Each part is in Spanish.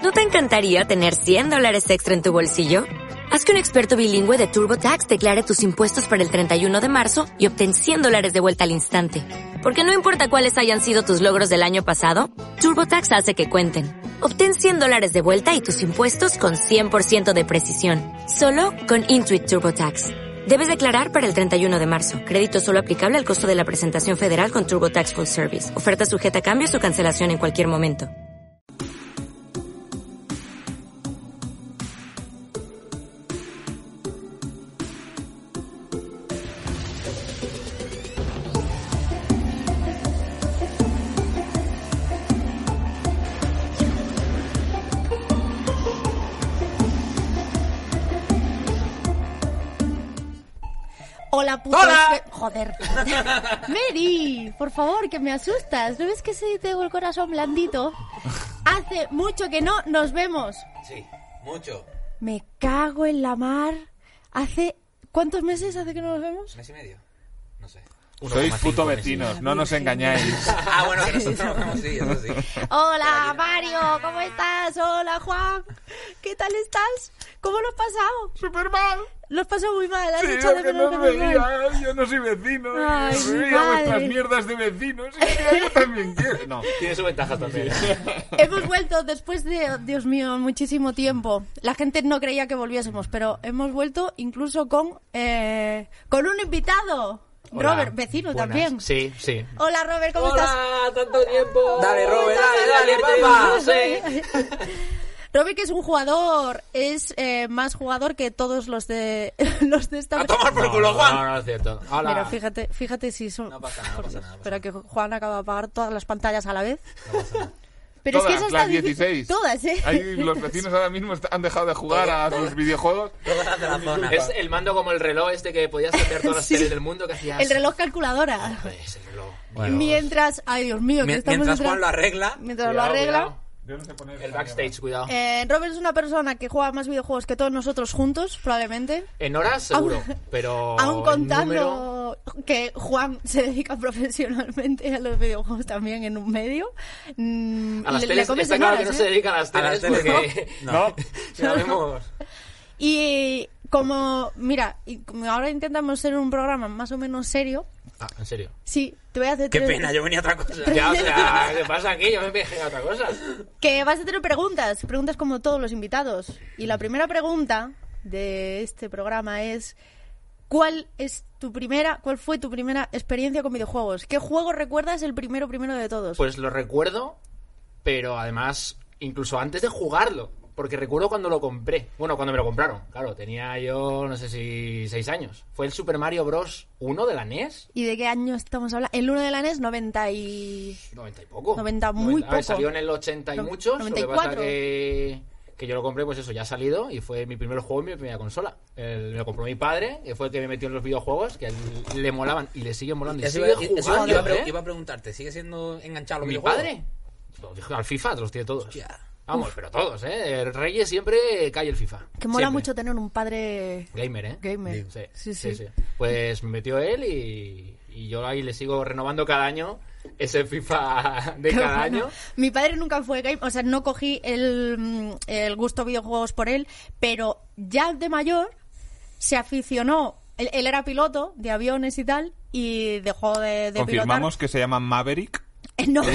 ¿No te encantaría tener $100 extra en tu bolsillo? Haz que un experto bilingüe de TurboTax declare tus impuestos para el 31 de marzo y obtén $100 de vuelta al instante. Porque no importa cuáles hayan sido tus logros del año pasado, TurboTax hace que cuenten. Obtén $100 de vuelta y tus impuestos con 100% de precisión. Solo con Intuit TurboTax. Debes declarar para el 31 de marzo. Crédito solo aplicable al costo de la presentación federal con TurboTax Full Service. Oferta sujeta a cambios o cancelación en cualquier momento. Hola, putos. ¡Hola! Joder. Mary, por favor, que me asustas. ¿No ves que se tengo el corazón blandito? Hace mucho que no nos vemos. Sí, mucho. Me cago en la mar. ¿Cuántos meses hace que no nos vemos? ¿Mes y medio? No sé. Sois puto vecinos, no nos engañáis. Bueno, que nosotros nos vemos, sí, eso sí. Hola, Mario, ¿cómo estás? Hola, Juan. ¿Qué tal estás? ¿Cómo lo has pasado? Súper mal. Lo has pasado muy mal. ¿Has Sí, echado de porque menos no que os veía. Yo no soy vecino. Ay, Yo mi veía vuestras madre. mierdas de vecinos. Y yo también quiero. No. Tiene su ventaja también. Hemos vuelto después de, Dios mío, muchísimo tiempo. La gente no creía que volviésemos, pero hemos vuelto incluso con un invitado. Hola, Robert, vecino buenas. también. Sí, sí. Hola, Robert, ¿cómo estás? tanto tiempo. Dale, Robert, dale, papá. Robert, que es un jugador, es más jugador que todos los de esta... A tomar por culo, Juan. No, es cierto. Hola. Mira, fíjate si son... No pasa nada, no pasa nada. Espera, que Juan acaba de apagar todas las pantallas a la vez. No pasa nada. Pero Todas, es que eso las está 16. Todas, ¿eh? Ahí los vecinos ahora mismo han dejado de jugar a sus videojuegos. Todas las de la zona. Es el mando como el reloj este que podías cambiar todas las Sí. series del mundo que hacías. El reloj calculadora. Es el reloj. Mientras... Ay, Dios mío, que estamos... Mientras Juan lo arregla. Mientras lo arregla... Cuidado. Yo no sé poner El backstage, cuidado. Robert es una persona que juega más videojuegos que todos nosotros juntos, probablemente. En horas seguro, pero Aún en contando número... que Juan se dedica profesionalmente a los videojuegos también en un medio. A las le teles comes está en claro horas, que no se dedica a las A las teles teles, porque... No. Ya vemos... Y como, mira, y como ahora intentamos ser un programa más o menos serio, Ah, ¿en serio? sí, te voy a hacer Qué pena, yo venía a otra cosa. Ya, o sea, ¿qué pasa aquí? Yo me viajé a otra cosa. que vas a tener preguntas como todos los invitados. Y la primera pregunta de este programa es: ¿cuál fue tu primera experiencia con videojuegos? ¿Qué juego recuerdas el primero de todos? Pues lo recuerdo, pero además, incluso antes de jugarlo. Porque recuerdo cuando lo compré. Bueno, cuando me lo compraron. Claro, tenía yo, no sé si 6 años. Fue el Super Mario Bros. 1 de la NES. ¿Y de qué año estamos hablando? El 1 de la NES, 90 y... 90 y poco. 90 muy A ver, poco. salió en el 80 y No, muchos. 94. Lo que pasa que yo lo compré, pues eso, ya ha salido. Y fue mi primer juego y mi primera consola. Me lo compró mi padre, que fue el que me metió en los videojuegos, que a él le molaban y le siguen molando. Y Eso sigue iba- eso jugando, iba a preguntarte, ¿sigue siendo enganchado a los ¿Mi videojuegos? padre? Lo dijo al FIFA, los tiene todos. Hostia. Vamos, pero todos, ¿eh? El Reyes siempre cae el FIFA. Que mola Siempre. mucho tener un padre Gamer, ¿eh? gamer. Sí. Pues me metió él y yo ahí le sigo renovando cada año ese FIFA de Qué cada bueno. año. Mi padre nunca fue gamer, o sea, no cogí el gusto a videojuegos por él, pero ya de mayor se aficionó. Él era piloto de aviones y tal, y dejó de Confirmamos que se llama Maverick. No.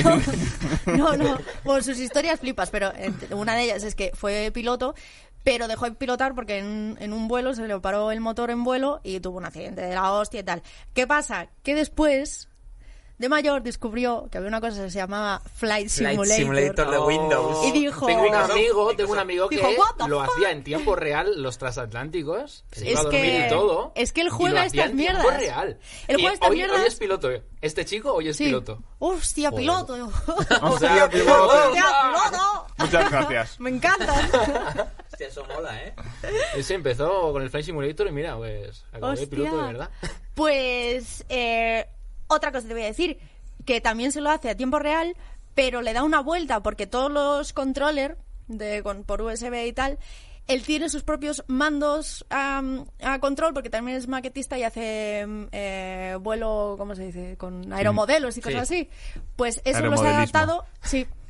Por sus historias flipas, pero una de ellas es que fue piloto, pero dejó de pilotar porque en un vuelo se le paró el motor en vuelo y tuvo un accidente de la hostia y tal. ¿Qué pasa? Que después, de mayor, descubrió que había una cosa que se llamaba Flight Simulator. de Windows. Y dijo... Tengo un amigo que Dijo, "What the lo fuck?". hacía en tiempo real, los transatlánticos, se Es iba a dormir que- y todo. es que él y juega lo hacía estas en tiempo mierdas. real. Él Y juega estas hoy mierdas. es piloto. Este chico hoy es Sí. piloto. Hostia, Joder. piloto. Hostia, piloto. Hostia, piloto. Muchas gracias. Me encanta. Hostia, eso mola, ¿eh? Él se empezó con el Flight Simulator y mira, pues acabó de Hostia. piloto de verdad. Pues otra cosa te voy a decir, que también se lo hace a tiempo real, pero le da una vuelta porque todos los controllers por USB y tal, él tiene sus propios mandos a control, porque también es maquetista y hace vuelo, ¿cómo se dice? Con aeromodelos y cosas así. Pues eso los ha Aeromodelismo. adaptado, sí.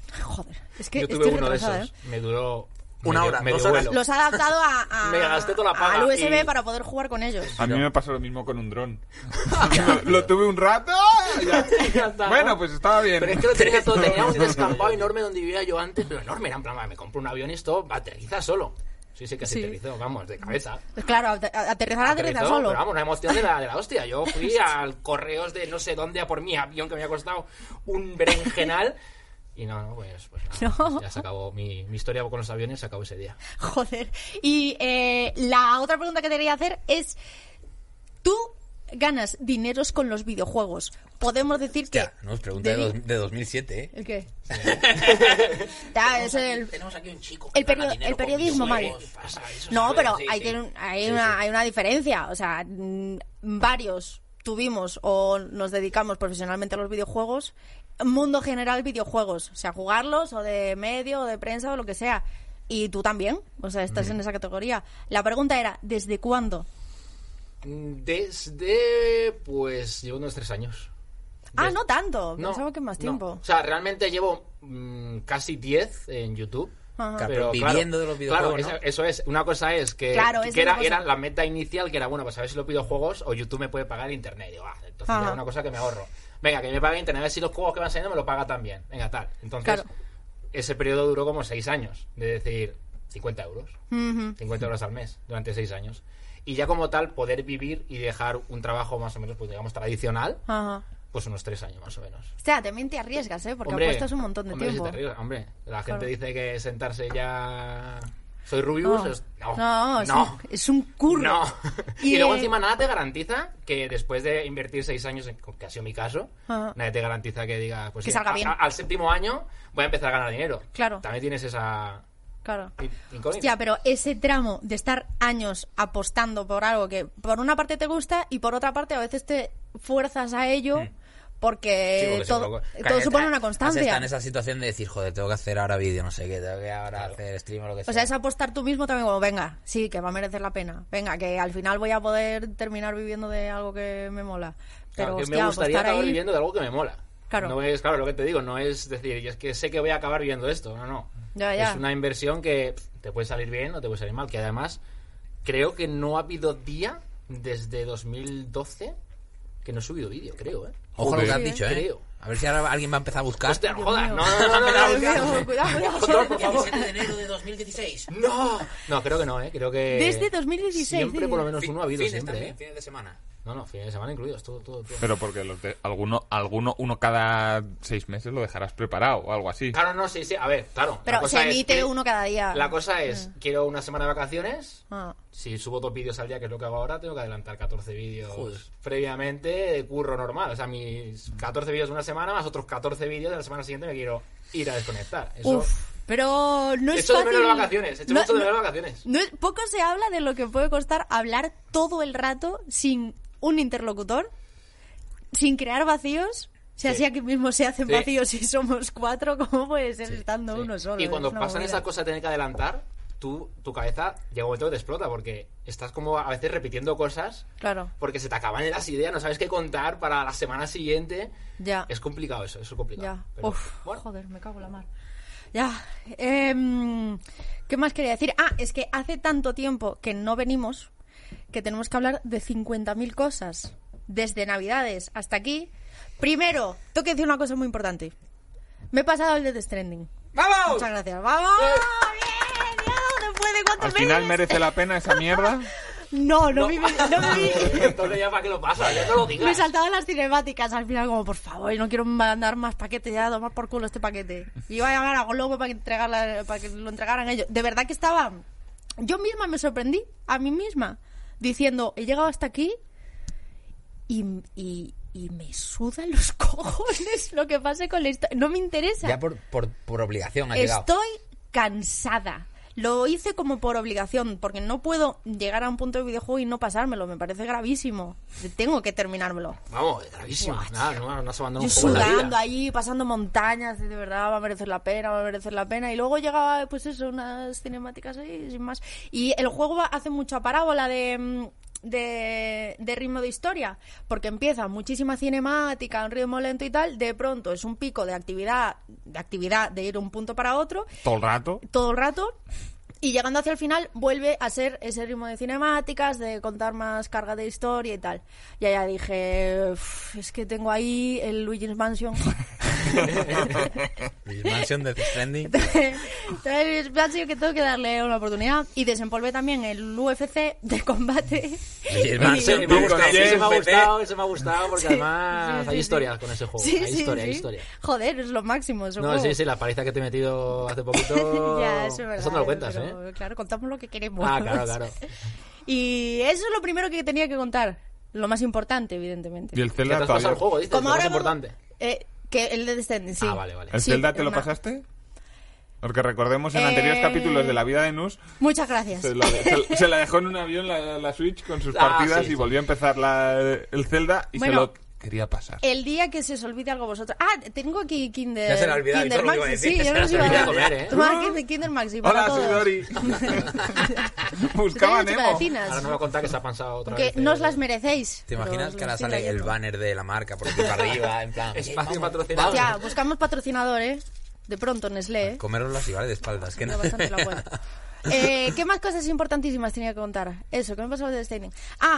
Joder, es que Yo tuve estoy uno de retrasada, esos. Me duró... Una hora, medio 2 horas. vuelo. Los ha adaptado Me gasté toda la paga al USB y- para poder jugar con ellos. A mí me pasó lo mismo con un dron. lo tuve un rato. Ya. Ya está, ¿no? Bueno, pues estaba bien. Pero es que lo tenía todo, tenía un descampado enorme donde vivía yo antes, pero enorme, era en plan, me compro un avión y esto aterriza solo. Sí, que Sí. aterrizó, vamos, de cabeza. Pues claro, aterrizar aterriza Aterrizó, solo. Pero vamos, una emoción de la hostia. Yo fui al correos de no sé dónde a por mi avión que me había costado un berenjenal. Y pues nada, No. ya se acabó mi historia con los aviones, se acabó ese día. Joder. Y la otra pregunta que te quería hacer es, ¿tú ganas dineros con los videojuegos? Podemos decir que... Hostia, nos pregunta de 2007, ¿eh? ¿El qué? Ya, es el... Tenemos aquí un chico El, que gana dinero con periodismo, Mario. videojuegos. Pasa, eso No, se pero puede, hay, sí. hay una diferencia. O sea, varios tuvimos o nos dedicamos profesionalmente a los videojuegos. Mundo general videojuegos. O sea, jugarlos o de medio o de prensa o lo que sea. Y tú también. O sea, estás en esa categoría. La pregunta era, ¿desde cuándo? Desde, pues, llevo unos 3 años. Ah, no tanto. No, Pensaba que más no. tiempo. O sea, realmente llevo casi 10 en YouTube. Ajá. Claro, Pero, viviendo de los videojuegos, Claro, ¿no? eso es. Una cosa es que, Claro, esa que es la era, cosa. era la meta inicial, que era, bueno, pues a ver si los videojuegos o YouTube me puede pagar internet. Digo, entonces Ajá. ya una cosa que me ahorro. Venga, que me pague internet, a ver si los juegos que van saliendo me lo paga también. Venga, tal. Entonces, Claro. ese periodo duró como 6 años. De decir, 50 euros. Ujú. 50 euros al mes durante 6 años. Y ya como tal, poder vivir y dejar un trabajo más o menos, pues digamos, tradicional, Ajá. pues unos 3 años más o menos. O sea, también te arriesgas, ¿eh? Porque Hombre, apuestas un montón de hombre, tiempo. si te ríes, hombre, la gente Claro. dice que sentarse ya... Soy Rubius, No, es un curro. No. Y, Y, luego eh, encima nada te garantiza que después de invertir 6 años, que ha sido mi caso, Ajá. nadie te garantiza que diga, pues Que sí, salga bien. al 7º año voy a empezar a ganar dinero. Claro. También tienes esa Claro. incógnita. Hostia, pero ese tramo de estar años apostando por algo que por una parte te gusta y por otra parte a veces te fuerzas a ello porque todo supone una Has constancia. estado en esa situación de decir, joder, tengo que hacer ahora vídeo, no sé qué, tengo que ahora hacer stream o lo que sea. O sea, es apostar tú mismo también como, venga, sí, que va a merecer la pena. Venga, que al final voy a poder terminar viviendo de algo que me mola. Pero, Claro, que hostia, me gustaría apostar acabar ahí... viviendo de algo que me mola. Claro. No es, claro, lo que te digo, no es decir, y es que sé que voy a acabar viviendo de esto. No. Ya. Es una inversión que te puede salir bien o te puede salir mal. Que además, creo que no ha habido día desde 2012 que no he subido vídeo, creo, ¿eh? Ojo lo que has Sí, dicho, ¿eh? creo. A ver si ahora alguien va a empezar a buscar. Hostia, no Dios jodas. mío. No. Dios mío, cuidado. Control, por favor. 17 de enero de 2016. No, creo que no, ¿eh? Creo que... Desde 2016, Siempre, por lo menos, Fin- uno ha habido fines siempre, también, ¿eh? fines de semana. No, fines de semana incluidos, todo. Pero porque uno cada 6 meses lo dejarás preparado o algo así. Claro, no, sí, a ver, claro. la Pero cosa se es emite que- uno cada día. La cosa es, quiero una semana de vacaciones. Ah. Si subo 2 vídeos al día, que es lo que hago ahora, tengo que adelantar 14 vídeos Joder. previamente de curro normal. O sea, mis 14 vídeos de una semana más otros 14 vídeos de la semana siguiente me quiero ir a desconectar. Eso, Uf, pero no es echo de fácil. menos las vacaciones. Echo mucho de menos las vacaciones. Poco se habla de lo que puede costar hablar todo el rato sin un interlocutor, sin crear vacíos. O sea, Sí. si aquí mismo se hacen Sí. vacíos y somos 4, ¿cómo puede ser estando Sí. uno solo? Y cuando Es una pasan movida. esas cosas de tener que adelantar, tu cabeza llega un momento que te explota porque estás como a veces repitiendo cosas Claro, porque se te acaban las ideas, no sabes qué contar para la semana siguiente. ya. Es complicado eso es complicado. Ya. Pero, Uf, bueno, joder, me cago en la mar. Ya. ¿Qué más quería decir? Ah, es que hace tanto tiempo que no venimos que tenemos que hablar de 50.000 cosas. Desde Navidades hasta aquí. Primero, tengo que decir una cosa muy importante. Me he pasado el Death Stranding. ¡vamos! Muchas gracias. ¡Vamos! ¡Bien! Dios, después de cuántos Al final meses. merece la pena esa mierda. No me vi. Entonces ya para qué lo pasa, ya no lo digas. Me saltaban las cinemáticas al final como, por favor, no quiero mandar más paquetes, ya tomar por culo este paquete. Y iba a llamar a Globo para que lo entregaran ellos. De verdad que estaba... Yo misma me sorprendí a mí misma diciendo, he llegado hasta aquí y me sudan los cojones lo que pase con la historia. No me interesa. Ya por obligación ha llegado. Estoy cansada. Lo hice como por obligación, porque no puedo llegar a un punto de videojuego y no pasármelo. Me parece gravísimo. Tengo que terminármelo. Vamos, es gravísimo. Nada, no se abandona Yo un juego en la sudando vida. allí, pasando montañas, de verdad va a merecer la pena, va a merecer la pena. Y luego llegaba, pues eso, unas cinemáticas ahí, sin más. Y el juego hace mucha parábola de de ritmo de historia, porque empieza muchísima cinemática, un ritmo lento y tal, de pronto es un pico de actividad de ir de un punto para otro Todo el rato. y llegando hacia el final vuelve a ser ese ritmo de cinemáticas, de contar más carga de historia y tal. Y allá dije, es que tengo ahí el Luigi's Mansion. Luigi's Mansion de Death Stranding. Luigi's Mansion, que tengo que darle una oportunidad. Y desempolvé también el UFC de combate. Luigi's Mansion. Ese me ha gustado porque además Sí, hay sí. historias con ese juego. Sí, hay sí, historia, sí. hay historia. Joder, es lo máximo ese juego. Sí, la paliza que te he metido hace poquito. Ya, eso es verdad. Eso no lo cuentas, pero, Claro, contamos lo que queremos. Claro. Y eso es lo primero que tenía que contar. Lo más importante, evidentemente. Y el ¿Qué te Zelda has pasado todavía... el juego? Dices, Como lo más ahora importante. Que el de Descending, sí. Vale. ¿El Sí, Zelda te lo una- pasaste? Porque recordemos en anteriores capítulos de La vida de Nus, Muchas gracias. se la dejó en un avión la Switch con sus partidas sí. y volvió a empezar el Zelda y Bueno, se lo quería pasar. El día que se os olvide algo vosotros. Tengo aquí Kinder. Ya se le ha olvidado, Kinder eso es lo que iba a Maxi. decir, Sí, yo no os se iba le a olvidó dar. comer, ¿eh? Tomad Kinder Maxi para Hola, todos. soy Dori. Buscaba a Nemo. chocolatinas. Ahora no me va a contar que se ha pasado otra Que vez. no os las merecéis. ¿Te imaginas pero que ahora os lo estoy sale el trayendo. banner de la marca por aquí para arriba? En plan, Espacio patrocinado. Ya, buscamos patrocinador, ¿eh? De pronto, Nestlé, ¿eh? comeroslas y vale de espaldas. Que Da no. bastante la cuenta. ¿Qué más cosas importantísimas tenía que contar? Eso, ¿qué me pasó de Staining?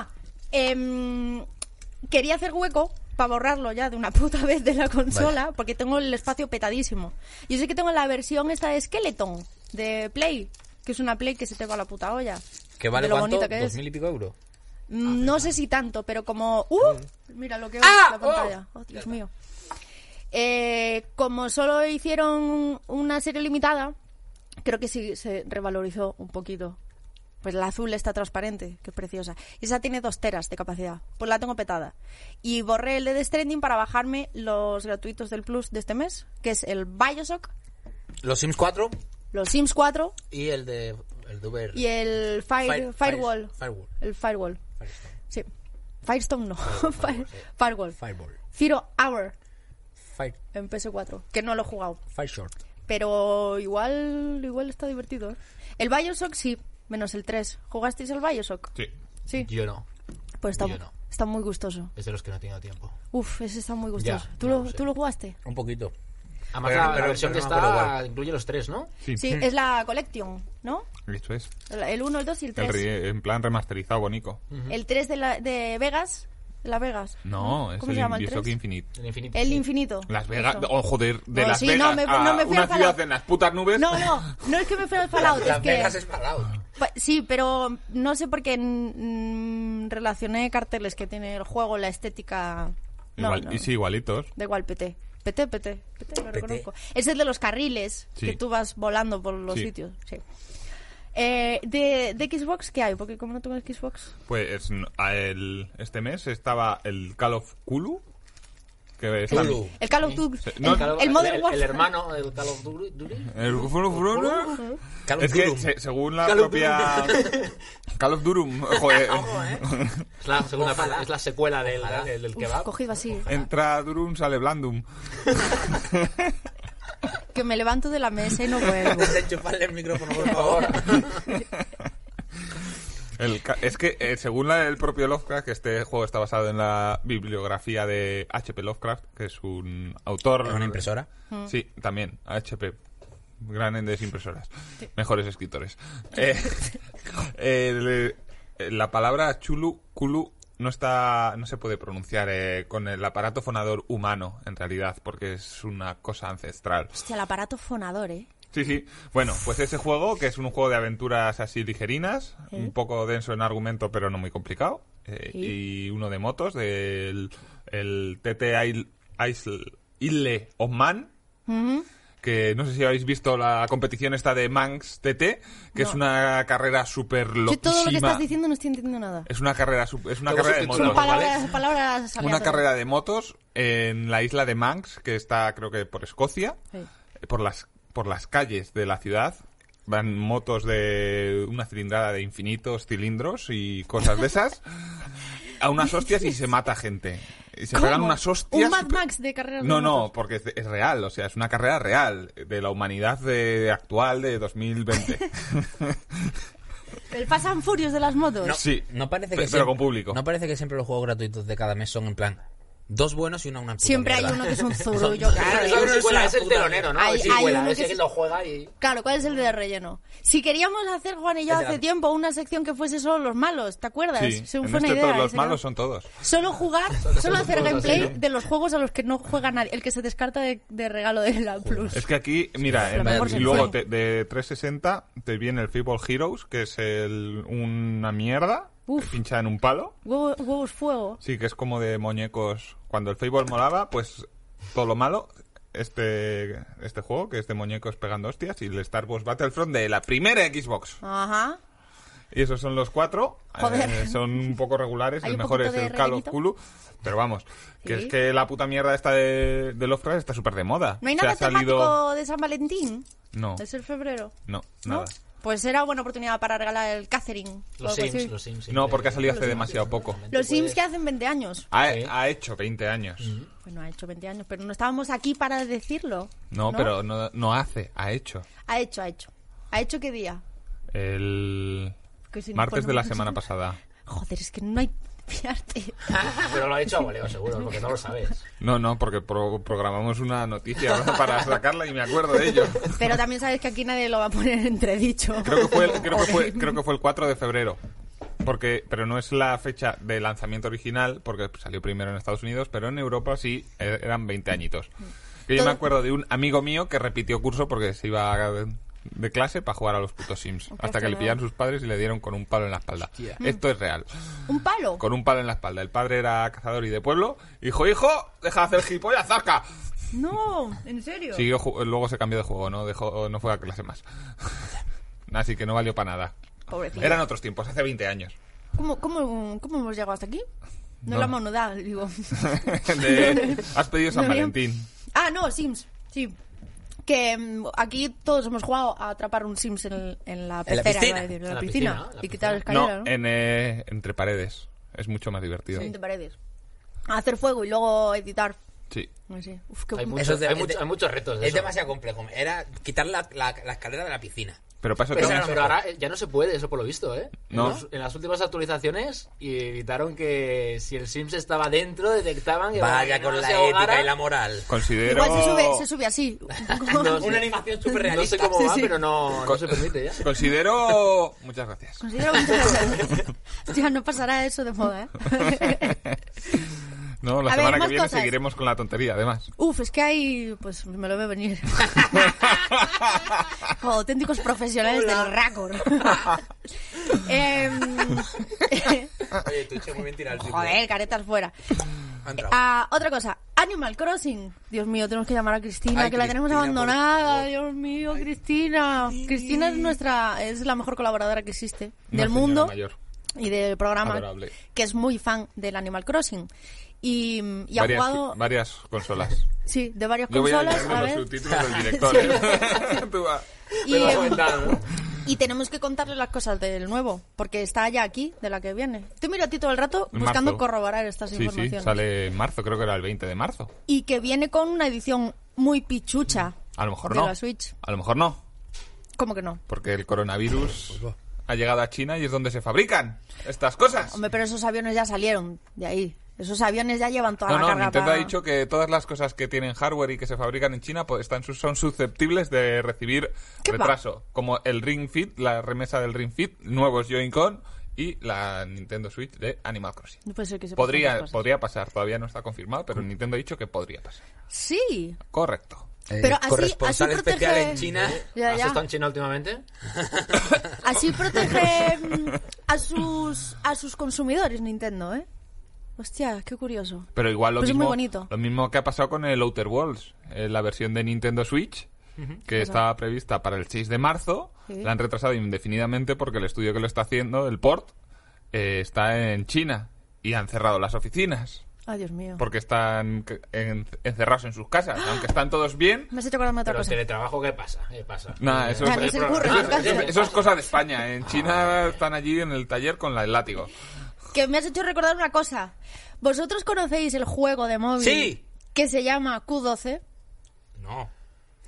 Quería hacer hueco para borrarlo ya de una puta vez de la consola, Vaya. porque tengo el espacio petadísimo. Yo sé que tengo la versión esta de Skeleton, de Play, que es una Play que se te va a la puta olla. ¿Que vale de lo cuánto? bonita que es. 2.000 y pico euros. No sé si tanto, pero como... Mira lo que es la pantalla. Oh, Dios mío. Como solo hicieron una serie limitada, creo que sí se revalorizó un poquito. Pues la azul está transparente, que es preciosa. Y esa tiene 2 teras de capacidad. Pues la tengo petada. Y borré el de Death Stranding para bajarme los gratuitos del Plus de este mes, que es el BioShock, Los Sims 4 los Sims 4 y el de Uber. y el Firewall. Firewall. El Firewall. Firestone. Sí. Firestone no. Firewall. Fireball. Zero Hour Fire. en PS4, que no lo he jugado. Fire Short. Pero igual está divertido, ¿eh? El BioShock sí, menos el 3. ¿Jugasteis al BioShock? Sí. Sí. Yo no. Pues Yo no. está muy gustoso. Es de los que no he tenido tiempo. Uf, ese está muy gustoso. Ya, ¿Tú ya lo lo sé. jugaste? Un poquito. Además, Pero- la pero- versión pero que no me acuerdo está cuál. incluye los 3, ¿no? Sí. Sí, es la Collection, ¿no? Eso es. El 1, el 2 y el 3. En plan remasterizado, bonito. El 3 de Vegas. De Las Vegas. No, es ¿Cómo el se llama el Bioshock 3? Infinite. El infinito. El sí. infinito. Las Vegas, Eso. oh joder, de No, Las sí, Vegas no me fui a al una Fallout. ciudad en las putas nubes. No es que me fui al Fallout, es Las que... Vegas es Fallout. Sí, pero no sé por qué relacioné carteles que tiene el juego, la estética... Y sí, igualitos. Da igual, PT, lo reconozco. Es el de los carriles, Sí. que tú vas volando por los Sí. sitios. Sí. De Xbox, ¿qué hay? Porque como no tengo Xbox... Pues este mes estaba el Call of Cthulhu, que es Cthulhu. El Call of Duty, No, el Modern Warfare. El hermano del Call of Duty. Call of Es que Duty. según la Call of propia Call of Duty, joder, Es la segunda parte, es la secuela del Uf, kebab. cogido así. entra Durum, sale Blandum. Que me levanto de la mesa y no vuelvo. Desenchufarle el micrófono, por favor. Es que según el propio Lovecraft, que este juego está basado en la bibliografía de H.P. Lovecraft, que es un autor... ¿Es una impresora? Sí, también, HP. Grandes impresoras. Mejores escritores. La palabra Cthulhu no se puede pronunciar con el aparato fonador humano, en realidad, porque es una cosa ancestral. Hostia, el aparato fonador, ¿eh? Sí. Bueno, pues ese juego, que es un juego de aventuras así ligerinas, un poco denso en argumento, pero no muy complicado, y uno de motos, del el TT Isle of Man, que no sé si habéis visto la competición esta de Manx TT, que es una carrera súper Yo loquísima. todo lo que estás diciendo no estoy entendiendo nada. Es una carrera de Son motos. palabras Una aleatorias. carrera de motos en la isla de Manx, que está creo que por Escocia, Sí. por las calles de la ciudad. Van motos de una cilindrada de infinitos cilindros y cosas de esas a unas hostias y se mata gente. Y se pegan ¿Cómo? unas hostias. ¿Un Mad Max de carreras de No, motos? porque es real, o sea, es una carrera real de la humanidad actual de 2020. El Fast and Furious de las motos. No, Sí, no parece que pero siempre, con público. No parece que siempre los juegos gratuitos de cada mes son en plan 2 buenos y una puta Siempre hay mierda. uno que es un zurullo. Claro, Eso hay es uno secuela, una es el puta telonero, ¿no? Hay- Es hay secuela, uno es que que es- lo juega y... Claro, ¿cuál es el de relleno? Si queríamos hacer, Juan y yo, El de hace la- tiempo una sección que fuese solo los malos, ¿te acuerdas? Sí, Se me en fue una este idea. todos los ese malos que- son todos. Solo jugar, solo hacer todos gameplay así, ¿no? de los juegos a los que no juega nadie. El que se descarta de regalo de la Plus. Es que aquí, mira, la mejor y sección. luego de 360 te viene el Football Heroes, que es una mierda, Uf. pincha en un palo. Huevos fuego. Sí, que es como de muñecos. Cuando el Fable molaba, pues todo lo malo. Este juego, que es de muñecos pegando hostias, y el Star Wars Battlefront de la primera Xbox. Ajá. Y esos son los 4. Joder. Son un poco regulares. Hay El un mejor es poquito de el Call of rellenito. Cthulhu. Pero vamos, que Sí. es que la puta mierda esta de Lovecraft está súper de moda. ¿No hay Se nada ha salido... temático de San Valentín? No, Es el febrero. no, ¿No? nada. Pues era buena oportunidad para regalar el Catherine. o Los algo así. Sims, siempre- No, porque ha salido hace demasiado poco. Los Sims que hacen 20 años. Ha hecho 20 años. Pues no ha hecho 20 años, pero no estábamos aquí para decirlo. No, pero no hace, ha hecho. Ha hecho. ¿Ha hecho qué día? El Que si no, martes pues de no- la semana pasada. Joder, es que no hay pillarte. Pero lo ha hecho a voleo, seguro, porque no lo sabes. No, porque programamos una noticia para sacarla y me acuerdo de ello. Pero también sabes que aquí nadie lo va a poner en entredicho. Creo que fue el 4 de febrero. Pero no es la fecha de lanzamiento original, porque salió primero en Estados Unidos, pero en Europa sí eran 20 añitos. Que yo me acuerdo de un amigo mío que repitió curso porque se iba de clase para jugar a los putos Sims. Qué Hasta que le feo. pillaron sus padres y le dieron con un palo en la espalda. Hostia. Esto es real. ¿Un palo? Con un palo en la espalda. El padre era cazador y de pueblo. Hijo, deja de hacer gilipollas, zarca. No, ¿en serio? Luego se cambió de juego, no fue a clase más. Así que no valió para nada. Pobrecito. Eran otros tiempos, hace 20 años. ¿Cómo hemos llegado hasta aquí? No, No. la monodad, digo. Has pedido San No, yo- Valentín. Ah, no, Sims, sí. Que aquí todos hemos jugado a atrapar un Sims en la pecera, piscina. iba a decir, en En la la piscina. piscina, la Y quitar la piscina. escalera, ¿no? Entre paredes. Es mucho más divertido. Entre paredes. A hacer fuego y luego editar. Sí. Sí. Uf, qué Hay, Eso muchos, es de- hay muchos retos de Es eso. demasiado complejo. Era quitar la escalera de la piscina. Pero para eso Pero, tienes- pero ahora ya no se puede, eso por lo visto, ¿eh? No. En las últimas actualizaciones y evitaron que si el Sims estaba dentro, detectaban que Vaya no con se la ahogara. ética y la moral. Considero... Igual se sube así. No sé. Una animación súper No realista. sé cómo Sí, va, sí. pero no se permite ya. Considero... Muchas gracias. Considero que ya no pasará eso de moda, ¿eh? No, la A ver, semana que más viene cosas. seguiremos con la tontería, además. Uf, es que hay... Pues me lo veo venir. Como auténticos profesionales del récord. Oye, tú eché muy bien tirado el tipo. Joder, caretas fuera. Ha entrado. Otra cosa, Animal Crossing. Dios mío, tenemos que llamar a Cristina, Ay, que la tenemos Cristina, abandonada. por Dios mío, Cristina. Cristina es la mejor colaboradora que existe Una del señora mundo mayor. y del programa, Adorable. que es muy fan del Animal Crossing. Y ha jugado, varias consolas. sí, de varias Yo voy a consolas. leer A los ver. subtítulos del director. ¿eh? Tú va. Y, Me lo ha comentado, ¿no? y tenemos que contarle las cosas del nuevo, porque está ya aquí, de la que viene. Te miro a ti todo el rato En buscando marzo. corroborar estas Sí, informaciones. sale en marzo, creo que era el 20 de marzo. Y que viene con una edición muy pichucha A lo mejor de no. la Switch. A lo mejor no, ¿Cómo que no? porque el coronavirus ha llegado a China y es donde se fabrican estas cosas. Hombre, pero esos aviones ya salieron de ahí. Esos aviones ya llevan toda la No, carga Nintendo para... ha dicho que todas las cosas que tienen hardware y que se fabrican en China pues son susceptibles de recibir ¿Qué va? retraso, como el Ring Fit, la remesa del Ring Fit, nuevos Joy-Con y la Nintendo Switch de Animal Crossing. No puede ser que se pasen Podría, estas cosas. podría pasar, todavía no está confirmado, pero Nintendo ha dicho que podría pasar. Sí. Correcto. Pero así corresponsal protege- especial en China. Ya, ¿Has ya. estado en China últimamente? Así protege a sus consumidores Nintendo, ¿eh? Hostia, qué curioso. Pero igual Pues es muy bonito. lo mismo que ha pasado con el Outer Worlds, la versión de Nintendo Switch, que estaba prevista para el 6 de marzo, Sí. la han retrasado indefinidamente porque el estudio que lo está haciendo, el port, está en China y han cerrado las oficinas Ay, Dios mío. porque están encerrados en sus casas, aunque están todos bien. Me has hecho acordarme de otra Pero el cosa. teletrabajo, ¿qué pasa? ¿Qué pasa? Nada, eso Ya, es, ni se le ocurre, eso en casa. eso es cosa de España. En China están allí en el taller con el látigo. Que me has hecho recordar una cosa. ¿Vosotros conocéis el juego de móvil Sí. que se llama Q12? No.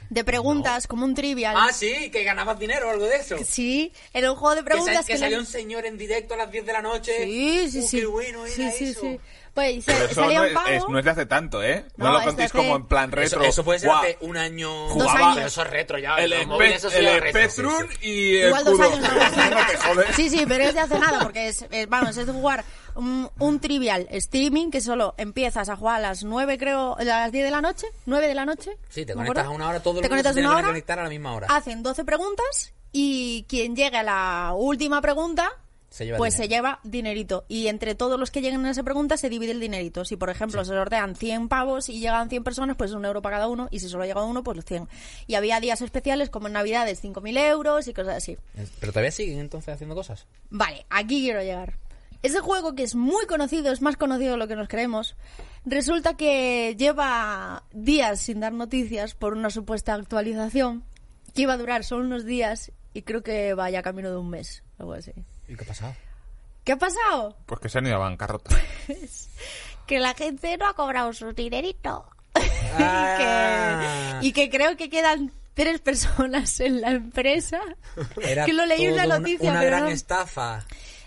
de preguntas, como un trivial. Ah, sí, que ganabas dinero o algo de eso. Sí, era un juego de preguntas que salía un señor en directo a las 10 de la noche. Sí. Qué bueno era eso. Sí. Pues Pero eso salía no un pavo. no es de hace tanto, ¿eh? No, No, lo es contéis de hace- como en plan retro. Eso puede ser Guau, hace un año. 2 jugaba años. Eso es retro ya. el los móviles, eso ya es retro. Spectrum y el Igual 2 culo. años. No te jodes. Sí, pero es de hace nada, porque es de jugar un trivial streaming que solo empiezas a jugar a las 9, creo, a las 10 de la noche, 9 de la noche. Sí, te ¿me conectas acuerdo? a una hora, todo el Te mundo se conectas tiene una que hora, conectar a la misma hora. hacen 12 preguntas y quien llegue a la última pregunta Se lleva pues dinero. se lleva dinerito. Y entre todos los que lleguen a esa pregunta se divide el dinerito. Si, por ejemplo, se sortean 100 pavos y llegan 100 personas, pues €1 para cada uno. Y si solo llega uno, pues los 100. Y había días especiales, como en Navidades, 5.000 euros y cosas así. Pero todavía siguen entonces haciendo cosas. Vale, aquí quiero llegar. Ese juego, que es muy conocido, es más conocido de lo que nos creemos, resulta que lleva días sin dar noticias por una supuesta actualización que iba a durar solo unos días y creo que vaya camino de un mes, algo así. ¿Y qué ha pasado? ¿Qué ha pasado? Pues que se han ido a bancarrota. Que la gente no ha cobrado su dinerito. Ah. y que creo que quedan 3 personas en la empresa. Era Que lo leí en la todo noticia, una pero gran no. estafa.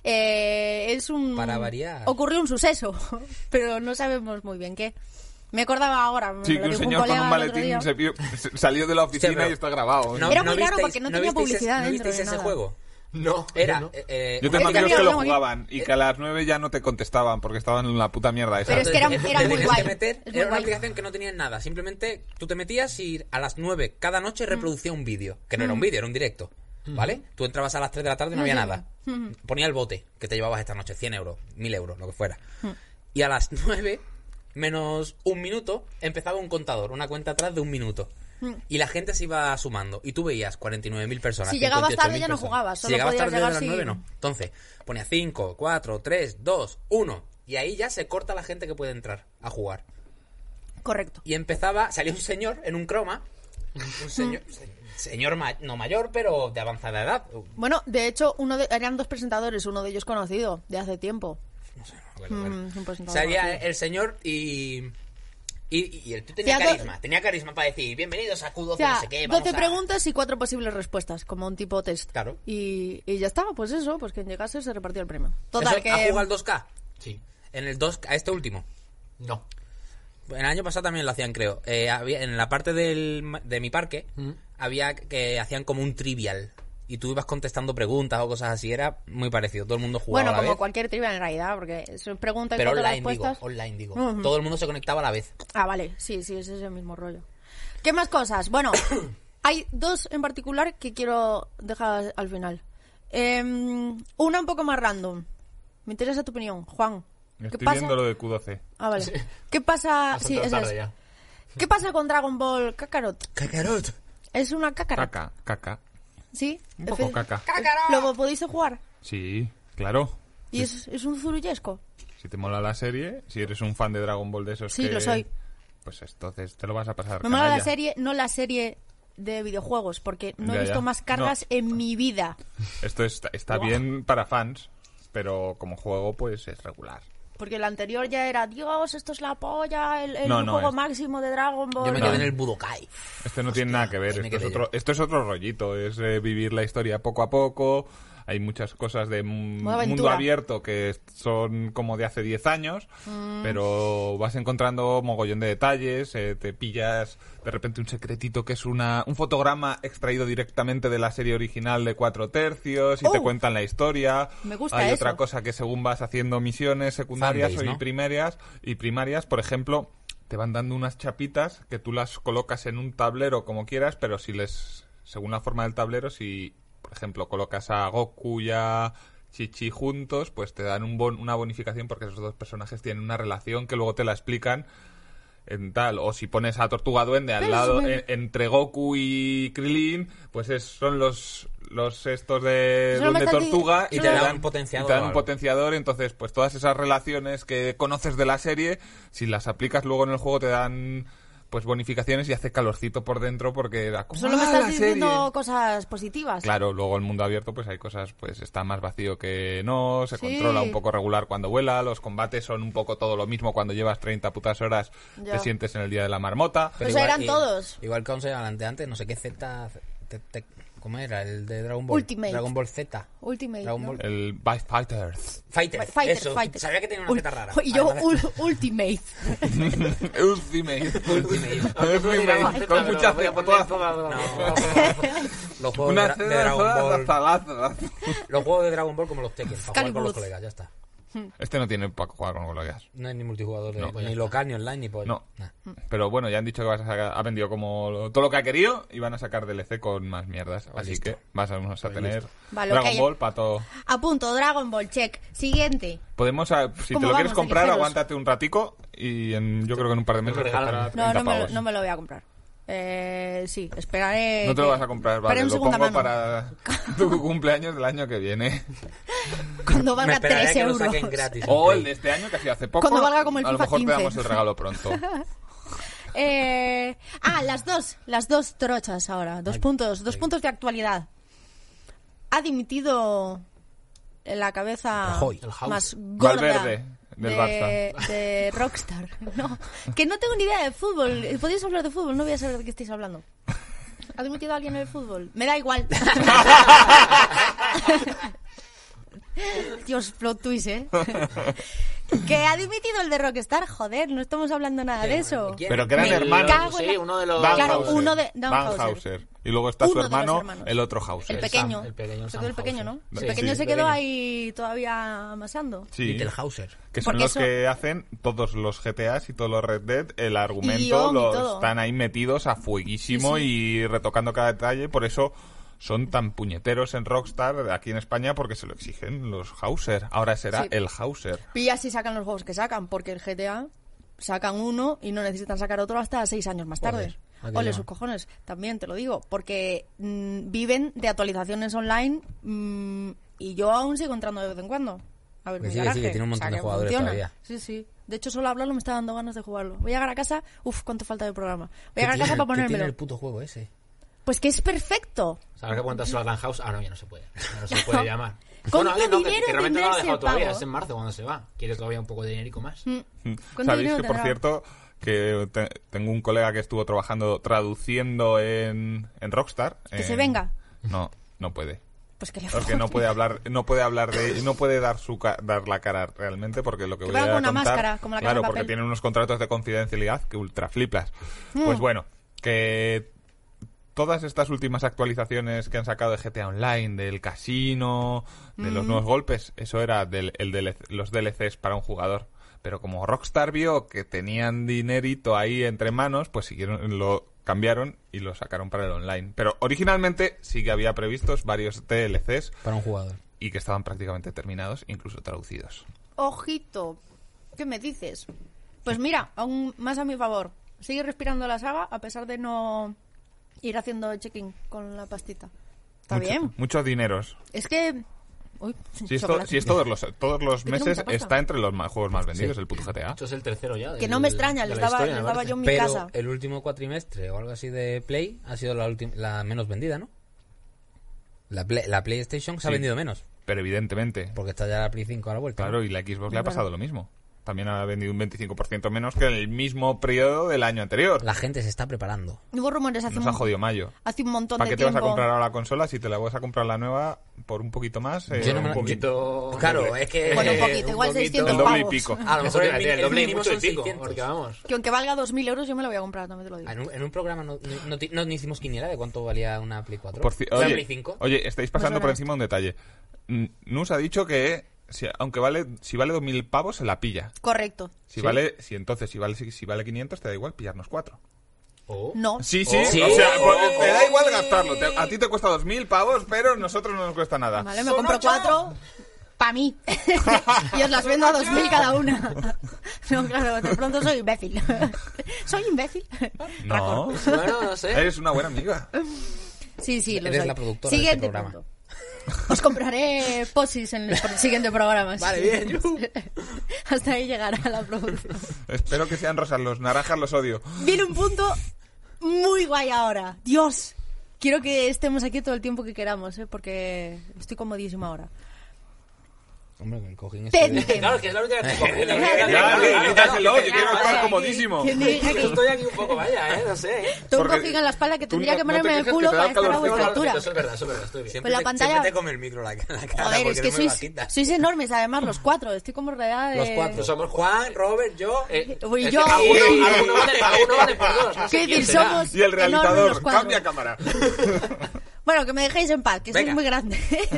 Es un... Para variar. Ocurrió un suceso, pero no sabemos muy bien qué. Me acordaba ahora. me Sí, lo que un dijo señor con colega un el otro día. maletín salió de la oficina Sí, pero- y está grabado. No, Era muy raro visteis- porque no tenía visteis publicidad ¿No dentro visteis de ese nada. juego? No. Era... yo no. Yo Es tengo que amigos mira, que lo lo tengo aquí. jugaban y que a las 9 ya no te contestaban porque estaban en la puta mierda esa. Pero es que era Te muy tenías guay. que meter, Es muy era una guay. aplicación que no tenía nada. Simplemente tú te metías y a las 9 cada noche reproducía un vídeo. Que no era un vídeo, era un directo. ¿Vale? Tú entrabas a las 3 de la tarde y no había nada. Ponía el bote que te llevabas esta noche, 100 euros, 1.000 euros, lo que fuera. Y a las 9, menos un minuto, empezaba un contador, una cuenta atrás de un minuto. Y la gente se iba sumando. Y tú veías 49.000 personas. Si llegabas 58.000 tarde ya no personas. jugabas, Si solo llegabas podías tarde de llegar las si- 9 no. Entonces, ponía 5, 4, 3, 2, 1. Y ahí ya se corta la gente que puede entrar a jugar. Correcto. Y salía un señor en un croma. Un señor no mayor, pero de avanzada edad. Bueno, de hecho, eran 2 presentadores, uno de ellos conocido, de hace tiempo. Bueno. Un presentador Salía conocido. el señor y el tío tenía O sea, carisma. Tenía carisma para decir, bienvenidos a Q12, O sea, no sé qué. Vamos 12 a... preguntas y 4 posibles respuestas, como un tipo test. Claro. Y ya está, pues eso, pues quien llegase se repartía el premio. Total, ¿Eso, que... ¿Ha jugado al 2K? Sí. En el 2K, a este último. No. El año pasado también lo hacían, creo. Había, en la parte de mi parque, había que hacían como un trivial. Y tú ibas contestando preguntas o cosas así. Era muy parecido. Todo el mundo jugaba Bueno, a la como vez. cualquier trivia en realidad, porque son preguntas y Pero 4 online digo, respuestas. online digo. Ujú. Todo el mundo se conectaba a la vez. Ah, vale, sí, es ese mismo rollo. ¿Qué más cosas? Bueno, hay 2 en particular que quiero dejar al final. Una un poco más random. Me interesa tu opinión, Juan. ¿Qué Estoy pasa? viendo lo de Q12. Ah, vale. ¿Qué pasa? Sí, Bastante esa tarde es. ya. ¿Qué pasa con Dragon Ball Kakarot? ¡Cacarot! Es una Kakarot. Caca. ¿Sí? Un poco caca. ¿Lo podéis jugar? Sí, claro. ¿Y es un zurullesco? Si te mola la serie, si eres un fan de Dragon Ball de esos Sí, que... lo soy. Pues entonces te lo vas a pasar Me mola la canalla. serie, no la serie de videojuegos, porque no he Ya, visto ya. más cargas en mi vida. Esto está bien para fans, pero como juego pues es regular. Porque la anterior ya era, Dios, esto es la polla, el No, no, juego es- máximo de Dragon Ball. Yo me No. quedé en el Budokai. Esto no tiene nada que ver, tiene esto que es, ver. esto es otro rollito, es vivir la historia poco a poco, hay muchas cosas de Modo mundo aventura. abierto que son como de hace 10 años, pero vas encontrando mogollón de detalles, te pillas de repente un secretito que es un fotograma extraído directamente de la serie original de 4/3 y te Oh. cuentan la historia. Me gusta Hay eso. otra cosa que según vas haciendo misiones secundarias Fanbase, y ¿no? primarias, por ejemplo, te van dando unas chapitas que tú las colocas en un tablero como quieras, pero según la forma del tablero, si por ejemplo colocas a Goku y a Chi-Chi juntos, pues te dan una bonificación porque esos 2 personajes tienen una relación que luego te la explican en tal. O si pones a Tortuga Duende al Pero lado, eso me- entre Goku y Krillin, pues son los estos de Solo me Duende estás Tortuga Y te dan un potenciador y te dan o un algo. potenciador. Entonces pues todas esas relaciones que conoces de la serie, si las aplicas luego en el juego te dan pues bonificaciones y hace calorcito por dentro porque era como Solo me la estás diciendo serie. cosas positivas. Claro, luego el mundo abierto pues hay cosas, pues está más vacío que no, se Sí. controla un poco regular cuando vuela, los combates son un poco todo lo mismo, cuando llevas 30 putas horas Ya. te sientes en el día de la marmota. Pues eran todos. Igual que aún se antes, no sé qué Z... ¿Cómo era? El de Dragon Ball. Ultimate. Dragon Ball Z. Ultimate, Dragon ¿no? Ball... El Vice Fighters. Fighter. Fighter, Eso. Fighter. Sabía que tenía una Z rara. Y yo, Además- Ultimate. Ultimate. Ultimate. Ultimate. Con muchas voy a Z. poner todas. Los juegos Una de Dragon Ball. Z. Los juegos de Dragon Ball como los Tekken, para jugar con los Calibur. colegas, ya está. Este no tiene para jugar con colegas. No hay ni multijugador, No. ni local, ni online, ni pollo. No. Nah. Pero bueno, ya han dicho que vas a sacar, ha vendido como todo lo que ha querido y van a sacar DLC con más mierdas. Así listo. que vas a tener Vale, Dragon ok. Ball para todo. A punto, Dragon Ball, check. Siguiente. Podemos, si te ¿Cómo lo quieres vamos, comprar, ligeros? aguántate un ratico y yo creo que en un par de meses Me regalan. costará No, 30 no pavos. me lo voy a comprar. Sí, esperaré. No te lo vas a comprar, Esperaré vale, en lo segunda pongo mano. para tu cumpleaños del año que viene. Cuando Me valga esperaré 3 que lo euros. saquen gratis. O ok. el de este año, que ha sido hace poco. Cuando valga como el a lo FIFA mejor 15. te damos el regalo pronto. Las dos trochas ahora. Dos puntos de actualidad. Ha dimitido la cabeza Rajoy, el House. más gorda Valverde, del Barça. de Rockstar. No, que no tengo ni idea de fútbol. ¿Podéis hablar de fútbol? No voy a saber de qué estáis hablando. ¿Ha dimitido a alguien en el fútbol? Me da igual. Dios, plot twist, ¿eh? Que ha dimitido el de Rockstar, joder, no estamos hablando nada de eso. ¿Quién? Pero que eran Me hermanos. cago en Sí, la- uno de los... Van Claro, Hauser. uno de Dan Van Hauser. Hauser. Y luego está su Uno de los hermano, hermanos. el otro Hauser. El pequeño. El pequeño Se quedó el pequeño, ¿no? Sam El pequeño sí, se el quedó pequeño. ahí todavía amasando. Sí. Mittelhauser. Que son Porque los eso- que hacen todos los GTAs y todos los Red Dead, el argumento, Guión y los todo. están ahí metidos a fueguísimo Sí, y retocando cada detalle, por eso son tan puñeteros en Rockstar aquí en España porque se lo exigen los Hauser. Ahora será Sí. el Hauser. Y así sacan los juegos que sacan, porque el GTA sacan uno y no necesitan sacar otro hasta 6 años más tarde. Joder, ¿a qué Ole, llama? sus cojones, también te lo digo, porque viven de actualizaciones online y yo aún sigo entrando de vez en cuando. A ver, Que mi sigue, garaje. sigue, tiene un montón O sea, de que jugadores funciona. todavía. Sí, sí. De hecho, solo hablarlo me está dando ganas de jugarlo. Voy a llegar a casa, cuánto falta de programa. Voy a llegar a casa para ¿Qué tiene ponérmelo. el puto juego ese? Pues que es perfecto. ¿Sabes que cuántas horas dan House? Ah, no, ya no se puede. Ya no se puede llamar. ¿Cuánto Bueno, no, dinero que realmente no lo ha tendrá dejado ese todavía. pavo? Es en marzo cuando se va. Quiere todavía un poco de dinerico más. ¿Cuánto ¿Sabéis dinero que, por tendrá? cierto, que tengo un colega que estuvo trabajando traduciendo en Rockstar? Que se venga. No puede. Pues que le Porque no puede hablar no puede dar la cara realmente porque lo que Que voy a venga con una contar, máscara, como la Casa claro, de porque Papel. tienen unos contratos de confidencialidad que ultra flipas. Pues bueno, que todas estas últimas actualizaciones que han sacado de GTA Online, del casino, de los nuevos golpes, eso era los DLCs para un jugador. Pero como Rockstar vio que tenían dinerito ahí entre manos, pues lo cambiaron y lo sacaron para el online. Pero originalmente sí que había previstos varios DLCs Para un jugador. y que estaban prácticamente terminados, incluso traducidos. Ojito, ¿qué me dices? Pues mira, aún más a mi favor. Sigue respirando la saga a pesar de no ir haciendo check-in con la pastita. Está bien. Muchos dineros. Es que... Uy, Si es, chocolate. si es todos los tiene meses, mucha pasta. está entre los juegos más vendidos, el puto GTA. Esto es el tercero ya. Que no me extraña, les daba yo en mi Pero casa. el último cuatrimestre o algo así de Play ha sido la menos vendida, ¿no? La PlayStation se ha Sí. vendido menos. Pero evidentemente, Porque está ya la Play 5 a la vuelta. claro, ¿no? y la Xbox le ha pasado lo mismo. También ha vendido un 25% menos que el mismo periodo del año anterior. La gente se está preparando. Hubo rumores hace Nos ha jodido mayo. un montón ¿Para de qué te vas tiempo. a comprar ahora la consola si te la vas a comprar la nueva por un poquito más? Yo no me Un la- poquito... Claro, es que... Bueno, un poquito, igual 600 El doble y pavos. pico. A lo Eso mejor te el, iba a decir, el doble y mínimo mucho y son pico. 600. Porque vamos... Que aunque valga 2.000 euros yo me lo voy a comprar, también te lo digo. En un programa no hicimos quiniela de cuánto valía una Play 4. Por ¿La oye, Play 5? oye, estáis pasando suena por esto. encima un detalle. Nus ha dicho que si vale 2.000 pavos se la pilla. Correcto. Si vale 500 te da igual pillarnos 4. Oh. No. Sí, Sí. o sea, pues, te da igual gastarlo. A ti te cuesta 2.000 pavos, pero a nosotros no nos cuesta nada. Vale, me compro 4 para mí. Y os las vendo a 2.000 cada una. No, claro, de pronto soy imbécil. ¿Soy imbécil? No, Bueno, no sé. eres una buena amiga. Sí, sí, lo Eres soy. la productora de Siguiente este programa. punto. Os compraré posis en el siguiente programa. Vale, sí. bien. Hasta ahí llegará la producción. Espero que sean rosas, los naranjas los odio. Viene un punto muy guay ahora. Dios, quiero que estemos aquí todo el tiempo que queramos, porque estoy comodísima ahora. Hombre, el cojín es... Tente. Claro, que es la única vez que cojo. Quítaselo, que quiero estar comodísimo. ¿Quién dice que Estoy aquí un poco, vaya, no sé. tengo un Porque cojín en la espalda que tú tendría no- que no te ponerme en el quejes culo que te da para estar a calorcito. vuestra altura? Eso es verdad, estoy bien. Siempre, la pantalla- siempre te come el micro la cara. Joder, porque es que eres muy sois bajita. enormes, además, los cuatro. Estoy como rodeada de... Los cuatro. Somos Juan, Robert, yo... Y Es yo... que alguno vale por dos. No sé Quiero quién decir, será. somos Y el enormes los realizador, cuatro. cambia cámara. Bueno, que me dejéis en paz, que sois Venga. muy grandes.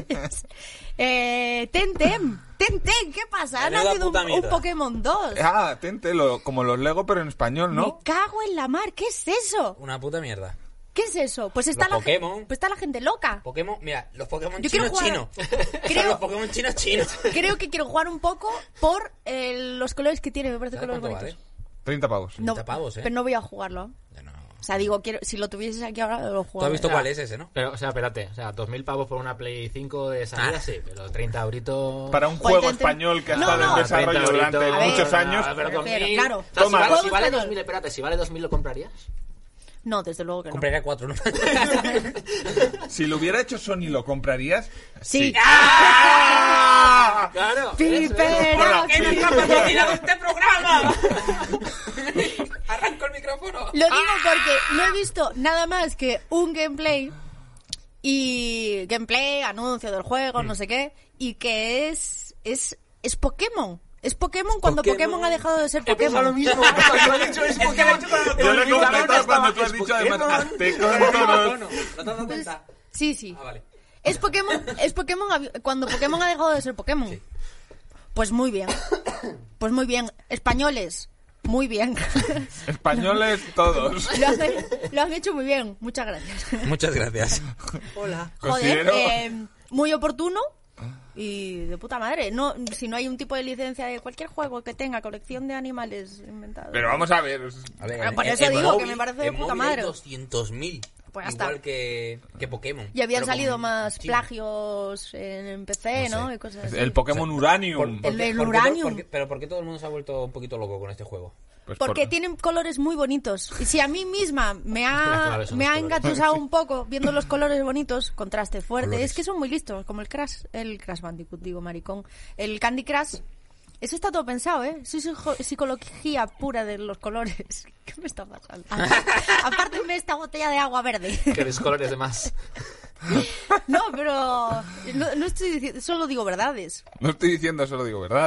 Tentem, ¿qué pasa? Han Menuda nacido puta un mierda. Pokémon 2. Ah, Tente, como los Lego, pero en español, ¿no? Me cago en la mar, ¿qué es eso? Una puta mierda. ¿Qué es eso? Pues está, Los Pokémon. pues está la gente loca. Pokémon, mira, los Pokémon Yo quiero chinos jugar- chinos. Son Creo- los Pokémon chinos. Creo que quiero jugar un poco por los colores que tiene, me parece ¿Sabes colores cuánto bonitos. vale? 30 pavos. No, 30 pavos, pero no voy a jugarlo. Ya no. O sea, digo, si lo tuvieses aquí ahora, lo ¿Tú jugaría. has visto O sea, cuál es ese, no? Pero, o sea, espérate. O sea, 2.000 pavos por una Play 5 de salida, Ah. sí. Pero 30 euritos... Para un Pues juego Tente- español que ha No, estado no. en desarrollo 30 durante euritos. A ver, muchos años. Pero Pero, 2.000... claro. O sea, Toma. si Juegos vale español. 2.000, espérate, si vale 2.000, ¿lo comprarías? No, desde luego que no. Compraría 4, ¿no? Si lo hubiera hecho Sony, ¿lo comprarías? Sí. ¡Ah! Claro. Pipera, ¡Que nos ha patrocinado este programa! Arranco el micrófono. Lo digo porque no he visto nada más que un gameplay anuncio del juego, no sé qué, y que es Pokémon. Es Pokémon cuando Pokémon ha dejado de ser He pensado lo Pokémon. mismo. Cuando he dicho es Pokémon. Yo lo he completado cuando tú has dicho además hazte con todos. ¿No te has dado cuenta? Sí. Ah, vale. Es Pokémon cuando Pokémon ha dejado de ser Pokémon. Sí. Pues muy bien. Españoles, muy bien. Españoles todos. Lo han hecho muy bien. Muchas gracias. Muchas gracias. Hola. Joder, Considero- muy oportuno y de puta madre. No, si no hay un tipo de licencia de cualquier juego que tenga colección de animales inventados. Pero vamos a ver. A ver, Pero por eso digo que me parece de en puta móvil hay madre. 200.000. Pues ya igual está. que Pokémon. Y habían Pero salido con más China. plagios en PC, No ¿no? sé. Y cosas así. El Pokémon Uranium. El Uranium. Pero ¿por qué todo el mundo se ha vuelto un poquito loco con este juego? Pues Porque por- tienen colores muy bonitos. Y si a mí misma me Las ha claves son los colores. engatusado un poco viendo los colores bonitos, contraste fuerte. Colores. Es que son muy listos, como el Crash Bandicoot, digo, maricón. El Candy Crush. Eso está todo pensado, ¿eh? Eso es psicología pura de los colores. ¿Qué me está pasando? Aparte esta botella de agua verde. Que des colores de más. No, pero no estoy diciendo, solo digo verdades. No estoy diciendo, solo digo verdad.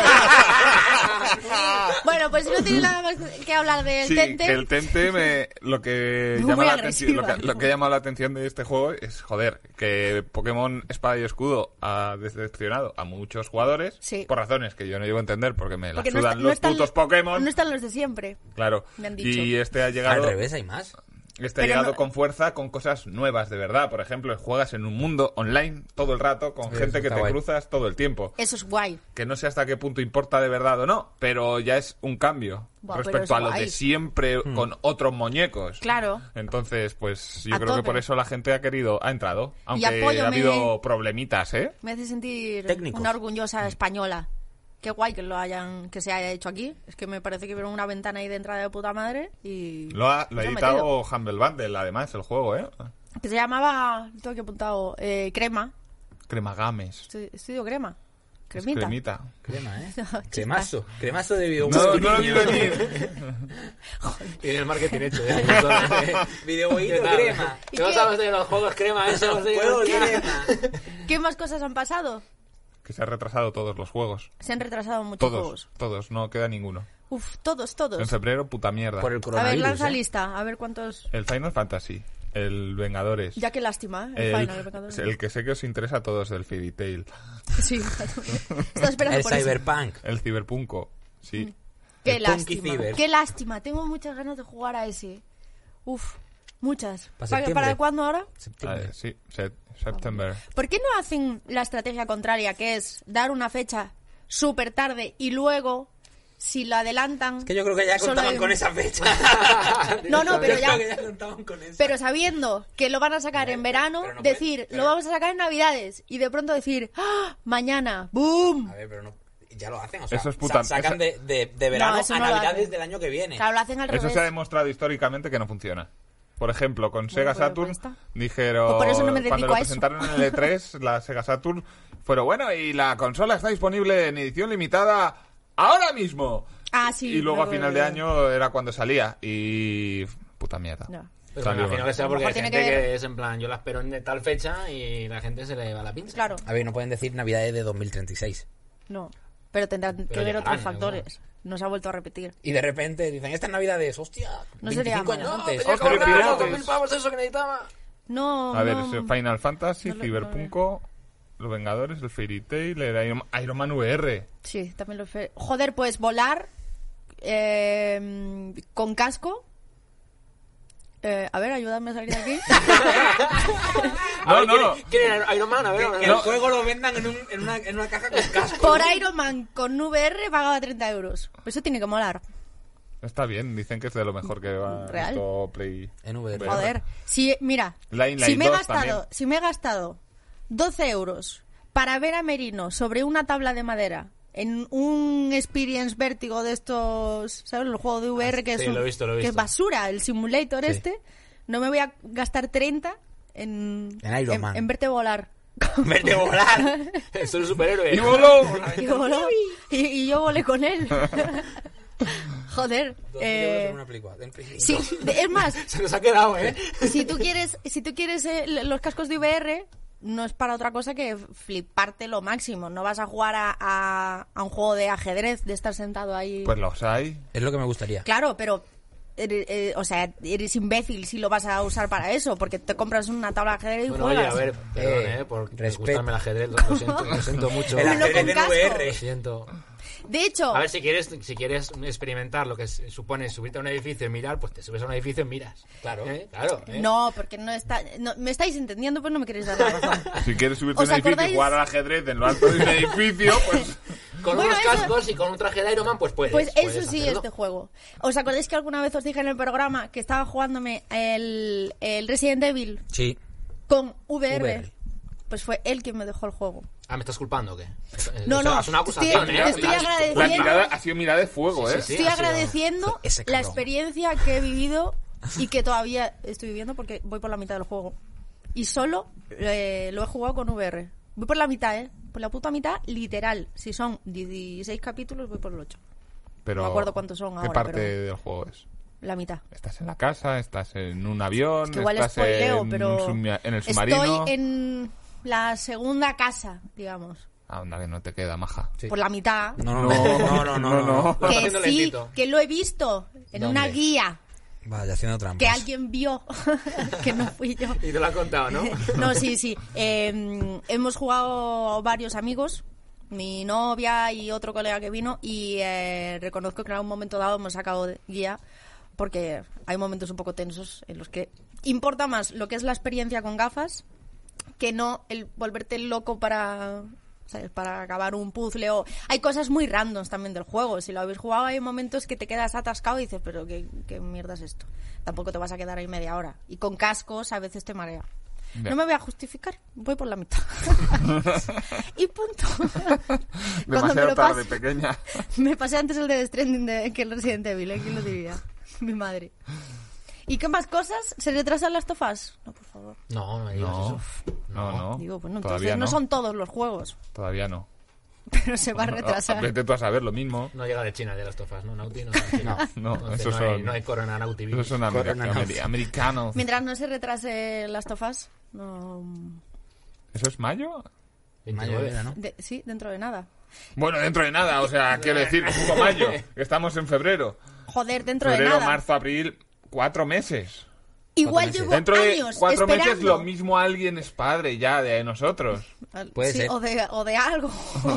Bueno, pues no tiene nada más que hablar del Sí, Tente. que el Tente lo que Muy llama la agresiva. atención, lo que ha llamado la atención de este juego es, joder, que Pokémon Espada y Escudo ha decepcionado a muchos jugadores Sí. por razones que yo no llego a entender porque me la Porque sudan no los están- putos Pokémon. No están los de siempre. Claro. Me han dicho. Y este ha Al llegado revés, hay más. Este ha Pero llegado no- con fuerza, con cosas nuevas de verdad. Por ejemplo, juegas en un mundo online todo el rato con Eso gente que está te guay. cruzas todo el tiempo. Eso es guay. Que no sé hasta qué punto importa de verdad o no, pero ya es un cambio Buah, pero respecto es a lo guay. de siempre con otros muñecos. Claro. Entonces, pues yo A creo que tope. por eso la gente ha entrado. Aunque apóyame. ha habido problemitas, ¿eh? Me hace sentir Técnicos. una orgullosa española. Qué guay que se haya hecho aquí. Es que me parece que vieron una ventana ahí de entrada de puta madre y... Lo ha se han editado metido. Humble Bundle, además, el juego, ¿eh? Que se llamaba, tengo que apuntado, Crema. Cremagames. Estudio Crema. Es Cremita. cremita. Crema, ¿eh? Chispas. Cremazo. Cremazo de video. No lo vi venir. Tiene el marketing hecho. Videojueguito ¿Qué tal? crema. ¿Y ¿Qué qué? sabes de los juegos crema? Eso Juego crema. ¿Qué más cosas han pasado? Que se han retrasado todos los juegos. Se han retrasado muchos Todos, juegos. todos, no queda ninguno. Uf, todos. En febrero, puta mierda. Por el A ver, coronavirus. lanza ¿eh? lista. A ver cuántos... El Final Fantasy, el Vengadores. Ya qué lástima, ¿eh? El Final, el Vengador. el que sé que os interesa a todos, el Fairy Tail. Sí. Estaba esperando El por eso. Cyberpunk. El Cyberpunko, sí. Qué el Punky lástima. Fever. Qué lástima. Tengo muchas ganas de jugar a ese. Uf, muchas. ¿Para septiembre? ¿Para cuándo ahora? Septiembre. Sí, September. ¿Por qué no hacen la estrategia contraria, que es dar una fecha súper tarde y luego, si lo adelantan... Es que yo creo que ya solo contaban hay- con esa fecha. No, pero Yo ya... creo que ya contaban con esa. Pero sabiendo que lo van a sacar en verano, pero no decir, puede- lo vamos a sacar en Navidades y de pronto decir, ¡ah! Mañana, ¡boom! A ver, pero no. ya lo hacen, o sea, Eso es puta- sacan eso- de verano No, eso a no lo Navidades hacen. del año que viene. Claro, lo hacen al Eso revés. se ha demostrado históricamente que no funciona. Por ejemplo, con Sega pero Saturn pues está. dijeron, Pues por eso no me dedico cuando lo a eso. presentaron en el E3, la Sega Saturn, fueron, bueno, y la consola está disponible en edición limitada ahora mismo. Ah, sí. Y luego a lo final que- de año era cuando salía. Y... puta mierda. No. Pero Salió me imagino mal. que sea A lo porque hay mejor gente tiene que ver- que es en plan, yo la espero en tal fecha y la gente se le va la pinza. Claro, A ver, no pueden decir Navidades de 2036. no. Pero tendrán que Pero ver llegarán, otros factores. No se ha vuelto a repetir. Y de repente dicen, estas Navidades, hostia, No sería 25 años malo. antes. tenía que Pero ahorrar los piratas. 2.000 pavos eso que necesitaba. No, A ver, no. Final Fantasy, no lo- Cyberpunk, Los Vengadores, el Fairy Tail, el Iron Man VR. Sí, también lo fe. Joder, pues volar con casco. A ver, ayúdame a salir de aquí. A ver, No. ¿quieren Iron Man? A ver, Que el juego lo vendan en una caja con casco. Por Iron Man con VR pagaba 30 euros. Pues eso tiene que molar. Está bien, dicen que es de lo mejor que va ¿Real? todo Play. En VR. Joder. Si, mira, Line si me, he 2 gastado, si me he gastado 12 euros para ver a Merino sobre una tabla de madera en un Experience Vértigo de estos, ¿sabes? El juego de VR que, sí, es, lo he visto, lo he que es visto. basura, el simulator Sí. este, no me voy a gastar 30 en Iron Man. en verte volar. Verte volar. Soy un superhéroe. ¡Y voló! Y voló, y yo volé con él. Joder. 2.000 euros en una película. Sí, es más, Se nos ha quedado, ¿eh? si tú quieres los cascos de VR, no es para otra cosa que fliparte lo máximo. No vas a jugar a un juego de ajedrez, de estar sentado ahí. Pues los hay. Es lo que me gustaría. Claro, pero o sea, eres imbécil si lo vas a usar para eso, porque te compras una tabla de ajedrez y Bueno, oye, juegas. a ver, perdón, por respeto. gustarme el ajedrez, lo siento mucho. El Hazlo ajedrez con en casco. VR. Lo siento. De hecho, A ver, si quieres experimentar lo que supone subirte a un edificio y mirar, pues te subes a un edificio y miras. Claro. Claro. no, porque no está... no, me estáis entendiendo, pues no me queréis dar la razón. Si quieres subirte a ¿Os un edificio y acordáis? jugar al ajedrez en lo alto de un edificio, pues... Con Bueno, unos eso- cascos y con un traje de Iron Man, pues puedes. Pues puedes eso sí, hacerlo. este juego. ¿Os acordáis que alguna vez os dije en el programa que estaba jugándome el Resident Evil Sí. con VR? VR. Pues fue él quien me dejó el juego. Ah, ¿me estás culpando o qué? No, Eso no, es una acusación, estoy- ¿eh? estoy Claro. agradeciendo. La mirada ha sido mirada de fuego, Sí, ¿eh? sí, sí. Estoy ha sido- agradeciendo Ese la cabrón. experiencia que he vivido y que todavía estoy viviendo porque voy por la mitad del juego. Y solo lo he jugado con VR. Voy por la mitad, ¿eh? Por la puta mitad, literal. Si son 16 capítulos, voy por el 8. Pero No me acuerdo cuántos son ¿qué ahora, parte pero- del juego es? La mitad. ¿Estás en la casa? ¿Estás en un avión? Es que igual ¿Estás spoileo, en, pero en el submarino? estoy en la segunda casa, digamos. Anda, que no te queda, maja. Sí. Por la mitad. No. No. Lo está Que haciendo sí, lentito. que lo he visto en ¿Dónde? una guía Vaya, haciendo trampas. que alguien vio, que no fui yo. Y te lo has contado, ¿no? No, sí. Hemos jugado varios amigos, mi novia y otro colega que vino, y reconozco que en algún momento dado hemos sacado de guía porque hay momentos un poco tensos en los que importa más lo que es la experiencia con gafas que no el volverte loco para... ¿sabes? Para acabar un puzzle o... Hay cosas muy randoms también del juego. Si lo habéis jugado hay momentos que te quedas atascado y dices, pero ¿qué mierda es esto? Tampoco te vas a quedar ahí media hora. Y con cascos a veces te marea. Ya. No me voy a justificar, voy por la mitad. Y punto. Cuando me Demasiado lo tarde, pase- pequeña. me pasé antes el de Death Stranding que el Resident Evil, ¿eh? ¿Quién lo diría? Mi madre. ¿Y qué más cosas? ¿Se retrasan las tofas? No, por favor. No digas No, eso. no. Digo, bueno, Todavía entonces no son todos los juegos, Todavía no. pero se va a retrasar. Vete tú a saber lo mismo. No llega de China de las tofas, ¿no? Nauti, no. No, Entonces esos no hay, son... no hay Corona Nauti. Esos son americanos. Mientras no se retrase las tofas, no... ¿Eso es mayo? 29, ¿no? Sí, dentro de nada. Bueno, dentro de nada, o sea, quiero decir, puto mayo. Estamos en febrero. Joder, dentro Febrero, de nada. marzo, abril, 4 meses. Igual 4 meses. llevo Dentro de años 4 meses esperando. lo mismo alguien es padre ya de nosotros. Puede Sí, ser. o de algo.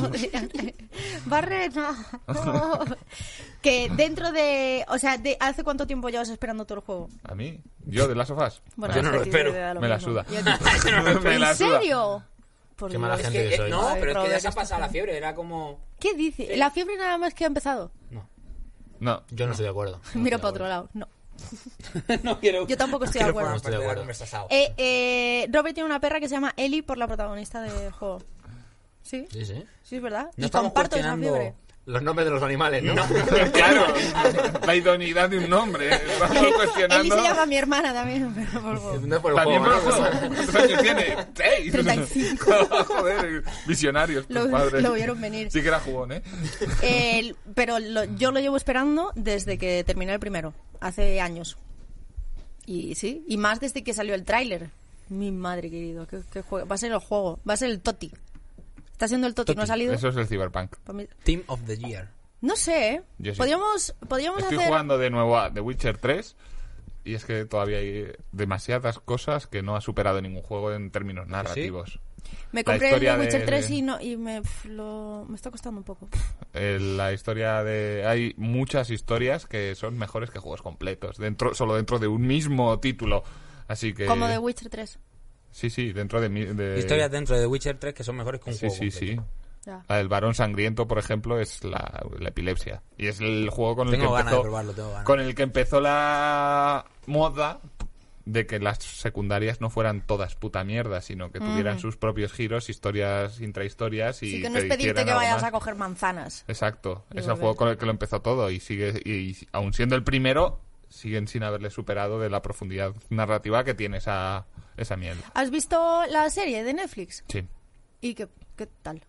Barrena. Que dentro de... O sea, ¿hace cuánto tiempo llevas esperando todo el juego? A mí, yo de las sofás. Bueno, Yo no lo a ti espero. te da lo Me la mismo. suda. Y a ti- Me la ¿En suda. serio? Por Qué mala Dios. gente que soy. No, Ay, pero es que Robert, ya se ha esto pasado la está- fiebre. Era como... ¿Qué dice? La fiebre nada más que ha empezado. No, Yo no estoy de acuerdo. No Miro estoy para de otro lado. No. no quiero... Yo tampoco estoy de acuerdo. No estoy de acuerdo. Me estás asado. Robert tiene una perra que se llama Ellie por la protagonista del juego. Sí, Sí, sí. sí, es verdad. No y estamos comparto esa cuestionando... fiebre. Los nombres de los animales, ¿no? Claro, la idoneidad de un nombre. Estamos Eli cuestionando. se llama mi hermana también, pero por favor. No es por el También juego, por el ¿no? juego. ¿Cuántos años tiene? 6. 35. Joder, visionarios tus Lo padres. vieron venir. Sí que era jugón, ¿eh? Pero yo lo llevo esperando desde que terminé el primero, hace años. Y sí, y más desde que salió el tráiler. Mi madre querido, qué juego. Va a ser el juego, va a ser el Toti. Está siendo el Toti, ¿no ha salido? Eso es el Cyberpunk. Pa' mí- Team of the Year. No sé, ¿eh? Yo sí. Podríamos Estoy hacer... jugando de nuevo a The Witcher 3 y es que todavía hay demasiadas cosas que no ha superado ningún juego en términos narrativos. Me la compré el historia The Witcher de- 3 y me está costando un poco. La historia de... Hay muchas historias que son mejores que juegos completos, solo dentro de un mismo título. Así que... Como The Witcher 3. Sí, dentro de... Historias dentro de The Witcher 3 que son mejores que un Sí, juego sí, completo. sí. Ya. La del Varón Sangriento, por ejemplo, es la epilepsia. Y es el juego con el Tengo que ganas de empezó... probarlo, tengo ganas. Con el que empezó la moda de que las secundarias no fueran todas puta mierda, sino que tuvieran sus propios giros, historias, intrahistorias y Sí, que no te es pedirte hicieran que algo vayas más. a coger manzanas. Exacto, Y es el volver. juego con el que lo empezó todo y sigue y aun siendo el primero siguen sin haberle superado de la profundidad narrativa que tiene esa mierda. ¿Has visto la serie de Netflix? Sí. ¿Y qué tal?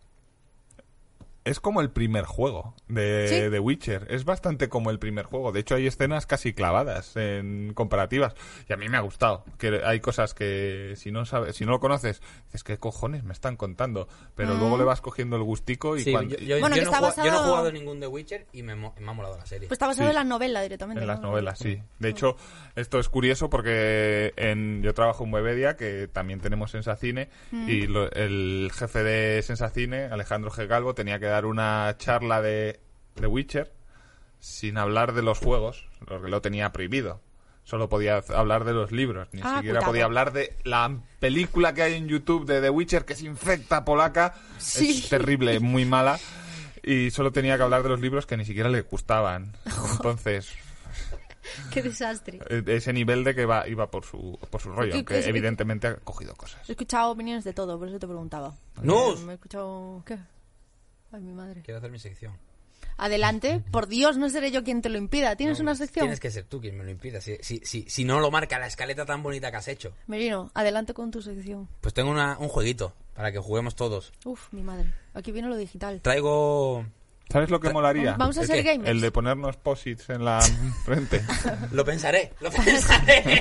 Es como el primer juego de ¿Sí? The Witcher. Es bastante como el primer juego. De hecho, hay escenas casi clavadas en comparativas. Y a mí me ha gustado. Que hay cosas que si no lo conoces, dices, ¿qué cojones me están contando? Pero luego le vas cogiendo el gustico y Sí, cuando... yo Bueno, que no está yo no he basado- jugado ningún The Witcher y me ha molado la serie. Pues está basado Sí. en la novela directamente. En las ¿no? novelas, sí. De hecho, esto es curioso porque yo trabajo en Webedia, que también tenemos Sensacine, y el jefe de Sensacine, Alejandro G. Galvo, tenía que dar una charla de The Witcher sin hablar de los juegos, porque lo tenía prohibido. Solo podía hablar de los libros, ni siquiera putazo. podía hablar de la película que hay en YouTube de The Witcher, que es infecta polaca, Sí. es terrible, muy mala, y solo tenía que hablar de los libros que ni siquiera le gustaban. Entonces... Qué desastre. ese nivel de que iba por su rollo, ¿Qué- aunque qué- evidentemente ha cogido cosas. He escuchado opiniones de todo, por eso te preguntaba. ¡No! Me he escuchado... ¿Qué? Ay, mi madre. Quiero hacer mi sección. Adelante. Por Dios, no seré yo quien te lo impida. ¿Tienes No, una sección? Tienes que ser tú quien me lo impida. Si no lo marca la escaleta tan bonita que has hecho. Merino, adelante con tu sección. Pues tengo un jueguito para que juguemos todos. Uf, mi madre. Aquí viene lo digital. Traigo... ¿Sabes lo que molaría? Vamos a ¿El ser qué? gamers. El de ponernos posits en la frente. Lo pensaré, lo pensaré.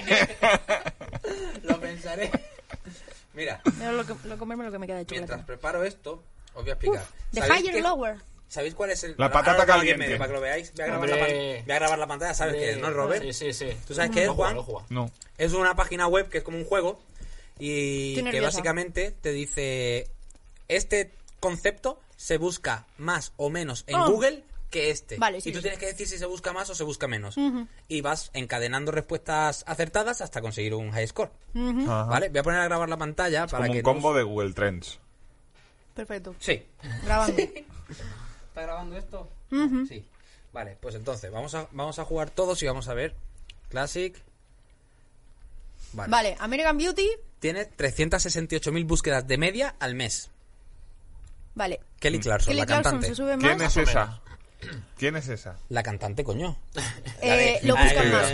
Lo pensaré. Mira, Lo comerme lo que me queda de mientras chocolate. preparo esto, os voy a explicar. De ¿Sabéis higher qué- lower. ¿Sabéis cuál es el...? La Ahora patata lo pongo aquí en caliente. medio para que lo veáis. Voy a grabar, Hombre. voy a grabar la pantalla, ¿sabes qué es, no, Robert? Sí, sí. ¿Tú sabes qué es, Lo juega, Juan? lo juega. No. Es una página web que es como un juego y Estoy que nerviosa. básicamente te dice este concepto se busca más o menos en Oh. Google que este. Vale, sí, y tú sí. tienes que decir si se busca más o se busca menos. Y vas encadenando respuestas acertadas hasta conseguir un high score. Ajá. ¿Vale? Voy a poner a grabar la pantalla para Como que un combo de Google Trends. Perfecto. Sí. Grabando. ¿Está grabando esto? Sí. Vale, pues entonces vamos a jugar todos y vamos a ver Classic. Vale, American Beauty. Tiene 368.000 búsquedas de media al mes. Vale. Kelly Clarkson, Kelly la Clarkson cantante. se sube ¿Quién más. es esa? ¿Quién es esa? La cantante, coño. Lo buscan más.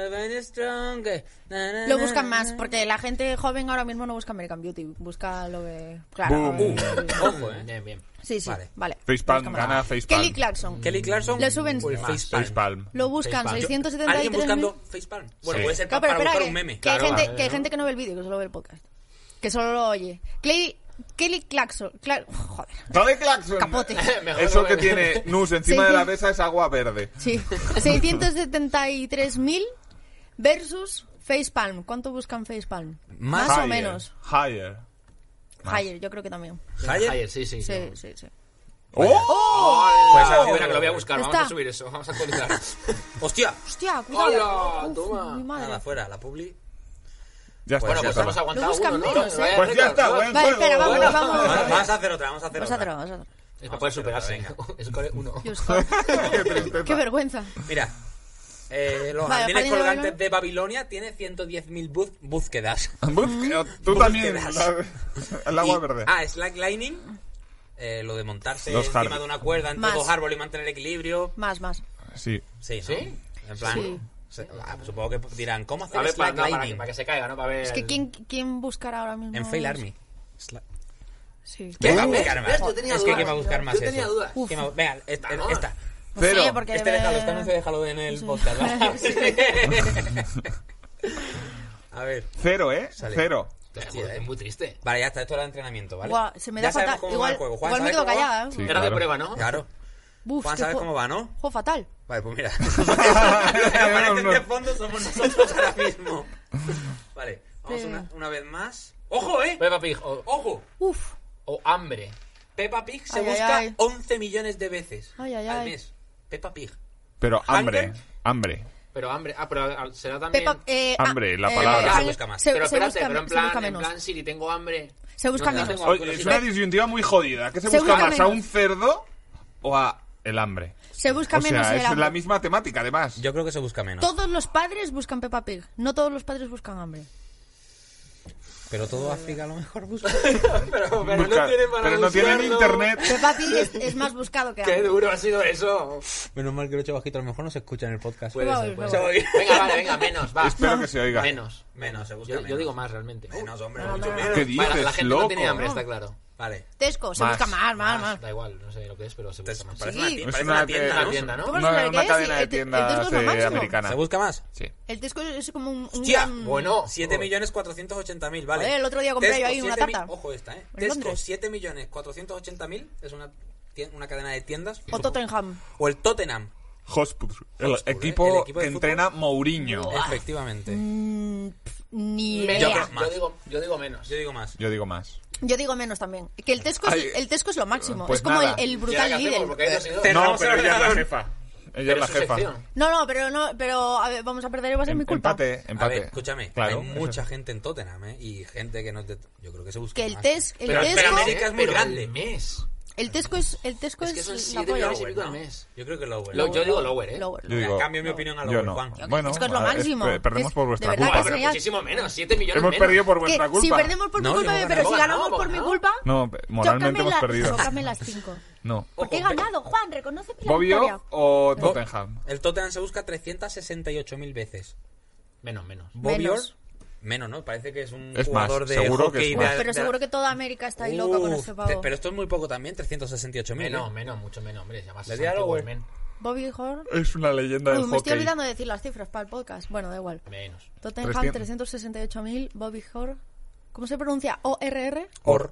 más. Lo buscan más, porque la gente joven ahora mismo no busca American Beauty. Busca lo que... Claro. Boom. Ojo, Bien, bien. Sí, sí. Vale. Vale. Facepalm, Busca más. gana Facepalm. Kelly Clarkson. Kelly Clarkson. Le suben- o el Más. Facepalm. Facepalm. Lo buscan Facepalm. 673.000. ¿Alguien buscando Facepalm? Bueno, Sí. puede ser No, para pero espera, buscar que, un meme. que hay Claro, gente, vale, que hay ¿no? gente que no ve el vídeo, que solo ve el podcast. Que solo lo oye. Kelly Clarkson. Joder. ¡Kelly Clarkson! Capote. Mejor Eso no que me- tiene nus encima Sí, de la sí. mesa es agua verde. Sí. 673.000 versus Facepalm. ¿Cuánto buscan Facepalm? Más o Higher. menos. Higher. Higher, yo creo que también. ¿Higher? Higher, sí. Sí, sí, sí. ¡Oh! Pues espera, que lo voy a buscar. Vamos Está. a subir eso. Vamos a actualizar. ¡Hostia! Hostia, cuidado. ¡Hola! Uf, Toma. mi madre. Nada, fuera, la publi. Ya está. Bueno, ya pues está. hemos aguantado Lo buscan uno, ¿no? menos, ¿eh? Vaya Pues ya récord, está, ¿no? buen Vale, espera, juego. vamos. Vamos a hacer otra, vamos a hacer Vamos a otra. otra, vamos a otra. Es para poder superarse. Venga. Es core 1. Dios, joder. Qué tristeza. Qué vergüenza. Mira, los Vale, jardines Jardín de colgantes de Babilonia tiene 110.000 búsquedas. Tú también. Búsquedas. El agua Y- verde. Slacklining lo de montarse Los encima hard- de una cuerda entre Más. dos árboles y mantener el equilibrio. Más. Sí. Sí, ¿no? ¿Sí? En plan, Sí. supongo que dirán, ¿cómo hacer A ver, para, slacklining? para que se caiga, ¿no? Para ver... Es que ¿quién buscará ahora mismo? En Fail Army. Sí. ¿Quién va a ¿Ves? buscar más? ¿Ves? Yo tenía Es que dudas. ¿quién va a buscar más Yo tenía eso? dudas. ¿Quién va- Venga, Vamos. esta. No Pero- sé, porque Este anuncio déjalo en el podcast, ¿vale? A ver. 0, ¿eh? Sale. 0. Hostia, Es muy triste. Vale, ya está, esto era el entrenamiento, ¿vale? Guau, se me Ya da sabemos fatal. cómo va Igual, el juego. Juan, igual me ¿sabes quedo cómo va? callada, ¿eh? Sí. Era claro. de prueba, ¿no? Claro. Buf, Juan, qué ¿sabes cómo va, no? Juego fatal. Vale, pues mira. Los que aparecen de fondo somos nosotros ahora mismo. Vale, vamos Sí. una vez más. ¡Ojo, eh! Peppa Pig o, ¡Ojo! Uf. o hambre. Peppa Pig se Ay, busca ay. 11 millones de veces Ay, ay, al ay. mes. Peppa Pig. Pero hambre. Hunger. Hambre. Pero hambre... Ah, pero será también... Hambre, la palabra. Ya se busca más. Pero espérate, busca, pero en se busca plan, menos. Siri, tengo hambre... Se busca No, no, menos. tengo- Oye, es una disyuntiva muy jodida. ¿Qué se Se busca busca más? ¿A menos. un cerdo o a el hambre? Se busca O menos sea, el es hambre. la misma temática, además. Yo creo que se busca menos. Todos los padres buscan Peppa Pig. No todos los padres buscan hambre. Pero todo África a lo mejor busca. pero Busca- no tienen para pero no tienen buscarlo. internet. Peppa Pig es más buscado que Qué hambre. duro ha sido eso. Menos mal que lo he hecho bajito, a lo mejor no se escucha en el podcast. Puede Va, ser, va, puede va. ser. Se oye. Venga, vale, venga, menos, va. Espero que se oiga. Menos. Menos, se busca Yo menos. digo más, realmente. Menos, hombre, No, mucho no, no. menos. ¿Qué dices, Vale, la gente loco? no tiene hambre, está claro. Vale. Tesco, se Más. busca más. Da igual, no sé lo que es, pero se busca más. Parece Sí. una tienda, Es parece una una tienda, Una ¿no? tienda, ¿no? ¿Cómo No, se llama una qué cadena es? de El tiendas Tesco es lo máximo. americana. ¿Se busca más? Sí. El Tesco es como un ¡Hostia! gran... Bueno. 7.480.000, vale. Joder, el otro día compré yo ahí una 7.000 tarta. Ojo esta, En Tesco, Londres. 7.480.000 es una cadena de tiendas. O Tottenham. O el Tottenham. Hotspur, el Hotspur, equipo el equipo de que fútbol. entrena Mourinho. Efectivamente. Ni Menos. idea. más. Yo digo menos. Yo digo más. Yo digo más. Yo digo menos también. Que el Tesco, Ay, el Tesco es lo máximo. pues es como nada. el ¿Y ahora brutal qué hacemos? líder. Porque hay dos y dos. Cerramos No, pero el ella es la ordenador. jefa. Ella Pero es la es su jefa. sección. No, a ver, vamos a perder y va a ser mi culpa. Empate, A empate. ver, escúchame, Claro. hay mucha gente en Tottenham, ¿eh? Y gente que no es de... Yo creo que se busca Que el más. Tesco... Pero Tesco- América es muy pero grande. al mes. El Tesco es Es que son la 7 polla. millones y pico al ¿no? mes. Yo creo que lower. Yo digo lower, ¿eh? Lower, Yo lower. digo- Cambio mi opinión a Yo lower, no. Juan. Bueno, Tesco es lo máximo. perdemos Es- por de vuestra verdad culpa. que Pero genial. muchísimo menos, 7 millones Hemos menos. perdido por vuestra Que culpa. si perdemos por mi No, culpa, hemos pero si ganado, ganamos hemos por mi ganado. culpa... No, moralmente hemos perdido. Tócame las 5. No. Porque he Ojo, ganado, Juan, reconoce la ¿Bobbio victoria. o Tottenham? El Tottenham se busca 368.000 veces. Menos. Bobby Orr, Menos. menos, ¿no? Parece que es un Es más, jugador de seguro que hockey es de- más. Pero de- seguro que toda América está ahí loca con Uf, ese pavo. Pero esto es muy poco también, 368.000. Menos, mucho menos, hombre. Se llama Le di a Santiago lower. Men. Bobby Horn. Es una leyenda del Uy, me estoy hockey. olvidando de decir las cifras para el podcast. Bueno, da igual. Menos. Tottenham, 368.000. Bobby Horn. ¿Cómo se pronuncia? ¿O-R-R? Orr.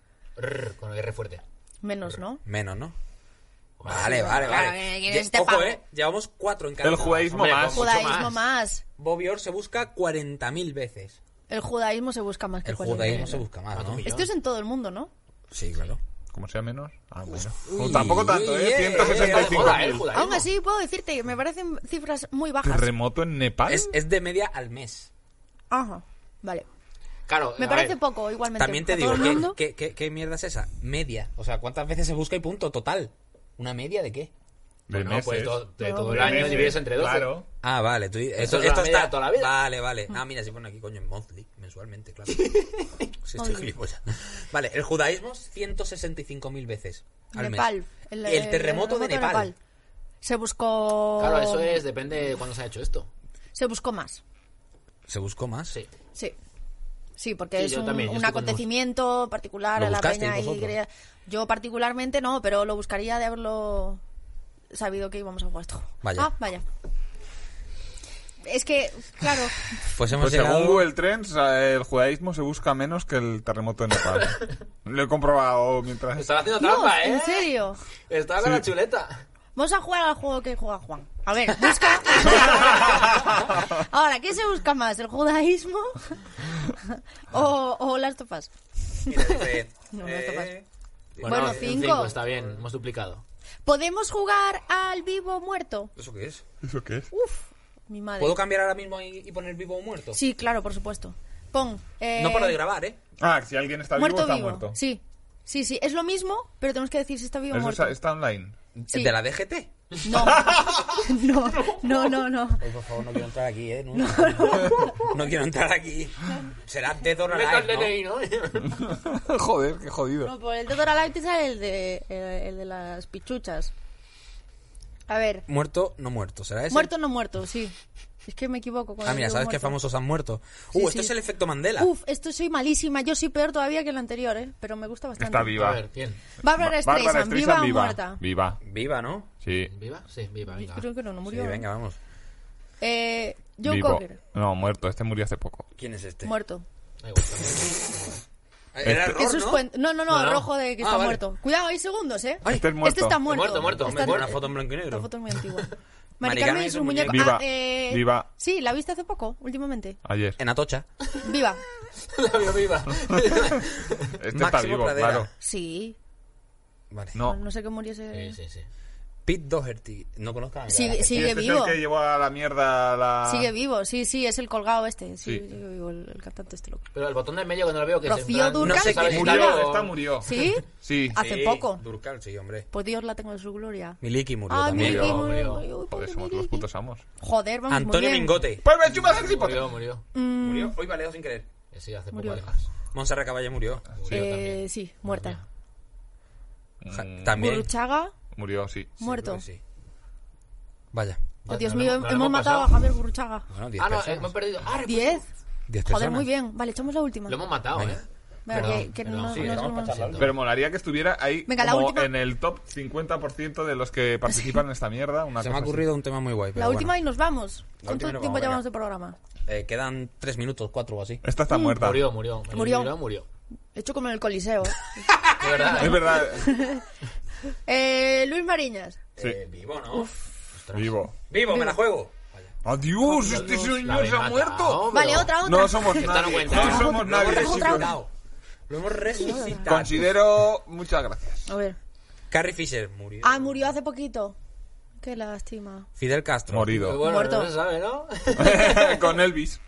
Con el R fuerte. Menos, ¿no? Menos, ¿no? Vale. Claro, ¿quién es este Ojo, pavo? llevamos 4 en cada. El judaísmo Hombre, más. mucho Judaísmo más. más. Bobby Orr se busca 40.000 veces. El judaísmo se busca más que El cualquier judaísmo cosa. se busca más, ¿no? Esto es en todo el mundo, ¿no? Sí, claro. Como sea menos. Ah, bueno. Uy, Tampoco tanto, uy, ¿eh? El 165.000. judaísmo. Aún así, puedo decirte que me parecen cifras muy bajas. Terremoto en Nepal. Es de media al mes. Ajá, vale. Claro, Me a parece ver, poco, igualmente. También te ¿A digo, todo el mundo? ¿qué mierda es esa? Media. O sea, ¿cuántas veces se busca y punto total? ¿Una media de qué? De Bueno, pues meses. de todo el De año meses, divides entre 12. Claro. Ah, vale. Esto es la media de toda la vida. Vale. Ah, mira, si pone aquí, coño, en monthly, mensualmente, claro. Sí, estoy gilipollas. Vale, el judaísmo, 165.000 veces al Nepal. mes. El terremoto de Nepal. Se buscó... Claro, eso es, depende de cuándo se ha hecho esto. Se buscó más. ¿Se buscó más? Sí. Sí. Sí, porque Sí, es yo también, yo un estoy con acontecimiento particular ¿Lo a la buscasteis peña y vosotros? quería... Yo particularmente no, pero lo buscaría de haberlo sabido que íbamos a jugar esto. Vaya. Ah, vaya. Es que, claro, Pues hemos Pues llegado... según Google Trends, el judaísmo se busca menos que el terremoto en Nepal. Lo he comprobado mientras... Estaba haciendo Dios, trampa, ¿eh? ¿en serio? Estaba con la chuleta. Vamos a jugar al juego que juega Juan. A ver, busca... Ahora, ¿qué se busca más? ¿El judaísmo o las topas? Mira, dice, No, no está mal. Bueno, Bueno, en 5. está bien, hemos duplicado. ¿Podemos jugar al vivo o muerto? ¿Eso qué es? ¿Eso qué es? Mi madre. ¿Puedo cambiar ahora mismo y poner vivo o muerto? Sí, claro, por supuesto. Pon... No paro de grabar, ¿eh? Ah, si alguien está Muerto vivo, está vivo. muerto. Sí. Sí, es lo mismo, pero tenemos que decir si está vivo o Eso muerto. está online. Sí. ¿De la DGT? No. No. Ay, por favor, no quiero entrar aquí, ¿eh? No quiero entrar aquí. Será Dead or Meta el Alive, DNI, ¿no? Joder, qué jodido. No, por el Dead or Alive te sale el de las pichuchas. A ver. Muerto, no muerto. ¿Será ese? Muerto no muerto, sí. Es que me equivoco. Ah, mira, ¿sabes qué famosos han muerto? Sí, Esto sí. es el efecto Mandela. Esto soy malísima. Yo soy peor todavía que el anterior, pero me gusta bastante. Está A viva. ver, ¿quién? Bárbara Streisand, ¿viva o muerta? Viva. Viva, ¿no? Sí. ¿Viva? Sí, viva, venga. Creo que no Sí, murió. venga, vamos. Joe Vivo. Cocker, No, muerto. Este murió hace poco. ¿Quién es este? muerto. Me gusta. Era Este- error, Eso es ¿no? No, rojo de que Ah, está vale. muerto. Cuidado, hay segundos, ¿eh? Ay, Este es muerto. Este está muerto. Muerto. Está- Me pone una foto en blanco y negro. Esta foto es muy antigua. Mari Mari Carmen Carmen y es su un muñeco. Viva. Viva. Sí, ¿la viste hace poco? Últimamente. Ayer. En Atocha. Viva. La vio viva. Este está Máximo vivo, Pradera. claro. Sí. Vale. No. No sé qué muriese. Sí. Pete Doherty. No conozco a la Sigue Sí, este vivo. es el que llevó a la mierda la... Sigue vivo, sí, es el colgado este. Sí, Sí. sigue vivo el cantante este loco. Pero el botón del medio que no lo veo, que es en Rocío plan... Dúrcal. No sé ¿sabes quién si es. está Murió, vivo? esta murió. ¿Sí? Sí. Hace Sí, poco. Durcal, sí, hombre. Pues Dios la tengo en su gloria. Miliki murió Ah, también. Miliki Murió. murió. Joder, Pobre somos los Miliki. putos amos. Joder, vamos muy Antonio bien. Mingote. ¡Pues me chupas el cipote! Murió. Murió. Hoy vale, sin querer. Sí, hace poco Murió. además. Montserrat Caballé murió. Sí, muerta. También. Gurruchaga, Murió, sí. muerto. Creo que sí. Vaya. Oh, Dios No, mío, no lo hemos hemos matado a pasado. Javier Gurruchaga. Bueno, 10 Ah, no, personas. hemos perdido. Ah, 10. 10 Joder, personas. muy bien. Vale, echamos la última. Lo hemos matado, Venga. ¿eh? Venga, Perdón, que perdón. no Sí, nos vamos hemos- a charlar. Pero molaría que estuviera ahí Venga, la como última. en el top 50% de los que participan en esta mierda. Una Se me ha cosa así. ocurrido un tema muy guay. Pero La última bueno. y nos vamos. La ¿Cuánto última y nos tiempo vamos, llevamos venga. de programa? Quedan 3 minutos, 4 o así. Esta está muerta. Murió. Murió. Hecho como en el Coliseo. De verdad, Es verdad. Luis Mariñas. Sí. Vivo, ¿no? Vivo. Vivo, me la juego. Vaya. ¡Adiós! ¡Este La señor habéis se ha matado, muerto! pero- Vale, otra. No somos Esta no nadie. cuenta. No somos Lo hemos nadie. resucitado. Lo hemos resucitado. Considero... Muchas gracias. A ver. Carrie Fisher murió. Ah, murió hace poquito. Qué lástima. Fidel Castro. Morido. Bueno, Muerto. no se sabe, ¿no? Con Elvis.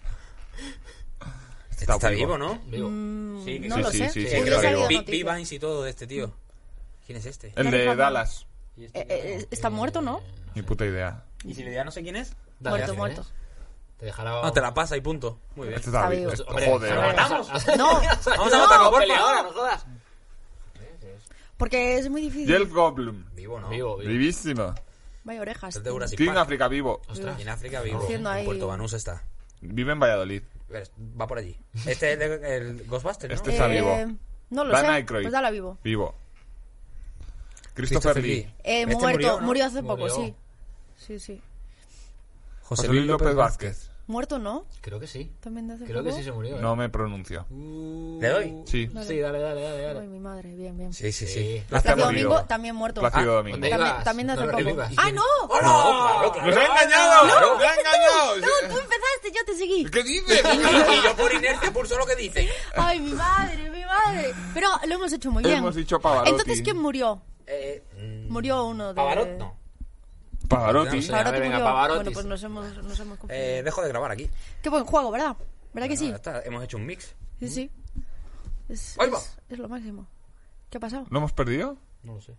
Está vivo, ¿no? Vivo. Sí, que No sí. lo sí, sé. sí, sí, Hubiese creo que habido vivo. noticias. Vines y todo de este tío. ¿Quién es este? El de Dallas. Está muerto, ¿no? Ni puta idea. ¿Y si le diría no sé quién es? Dale, Muerto, ¿quién muerto. es? Te dejará... No, te la pasa y punto. Muy bien. Este está Está vivo. vivo. Hombre, Joder. ¿lo matamos? No, Vamos a matarlo, por Peleadora, favor. no jodas. porque es muy difícil. Jeff Goldblum. Vivo, ¿no? Vivo. Vivísimo. Vaya orejas. Es de Jurassic King Park. África vivo. Y en África vivo. Haciendo ahí- En Puerto Banús está. Vive en Valladolid. Va por allí. Este es el Ghostbuster, ¿no? Este está vivo. No lo Dan sé. Aykroyd. Pues dala vivo. Vivo. Christopher Lee. Este Muerto. ¿no? Murió hace poco, Murió. sí. Sí. José José Luis López Vázquez. Muerto, ¿no? Creo que sí. También de hace Creo poco. que sí se murió. ¿eh? No me pronuncio. ¿Le doy? Sí. Sí, dale. Ay, mi madre, bien, bien. Sí. Sí. Plácido Plácido Domingo. Domingo también muerto. Plácido Ah, Domingo. ¿dónde También, ibas? también de hace No lo poco. revivas. ¡Ah, no! ¡No, claro! ¡Nos ha engañado! ¡Nos ha engañado! No, tú empezaste, yo te seguí. ¿Qué dices? Y yo por inercia pulso lo que dice. Ay, mi madre, mi madre. Pero lo hemos hecho muy bien. Hemos dicho Pavarotti. Entonces, ¿quién murió? Murió uno de... Pavarot, no. Pavarotti. No sé. Pavarotti Venga, murió. Pavarotti. Bueno, pues nos hemos confundido. Dejo de grabar aquí. Qué buen juego, ¿verdad? ¿Verdad que sí? Ya está, hemos hecho un mix. Sí, sí. Es, Ahí va. es lo máximo. ¿Qué ha pasado? ¿Lo hemos perdido? No lo sé.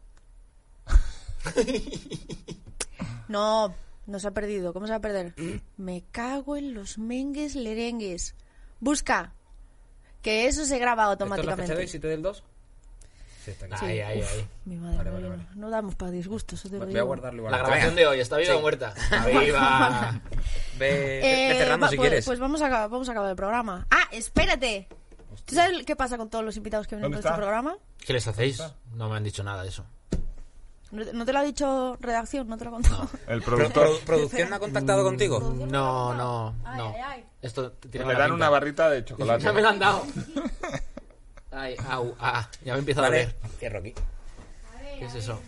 No, no se ha perdido. ¿Cómo se va a perder? Me cago en los mengues lerengues. Busca. Que eso se graba ¿Esto es la fecha de hoy, automáticamente. 7 del 2? Sí, está aquí. Ahí. Mi madre, Vale, no, vale. no damos para disgustos. Eso te lo Voy a digo. guardarlo igual. La grabación de hoy, ¿está viva o muerta? ¡Viva! Ve cerrando si pues, quieres. Pues vamos a acabar el programa. ¡Ah, espérate! ¿Tú sabes qué pasa con todos los invitados que vienen ¿Dónde a este está? programa? ¿Qué les hacéis? No me han dicho nada de eso. ¿No te lo ha dicho redacción? ¿No te lo ha contado? El productor. ¿Producción ha contactado contigo? No. Ay. Esto tiene Le mala dan pinta. una barrita de chocolate. Ya me lo han dado. Ay, au, ya me empiezo a Vale, doler. cierro aquí. ¿Qué es eso?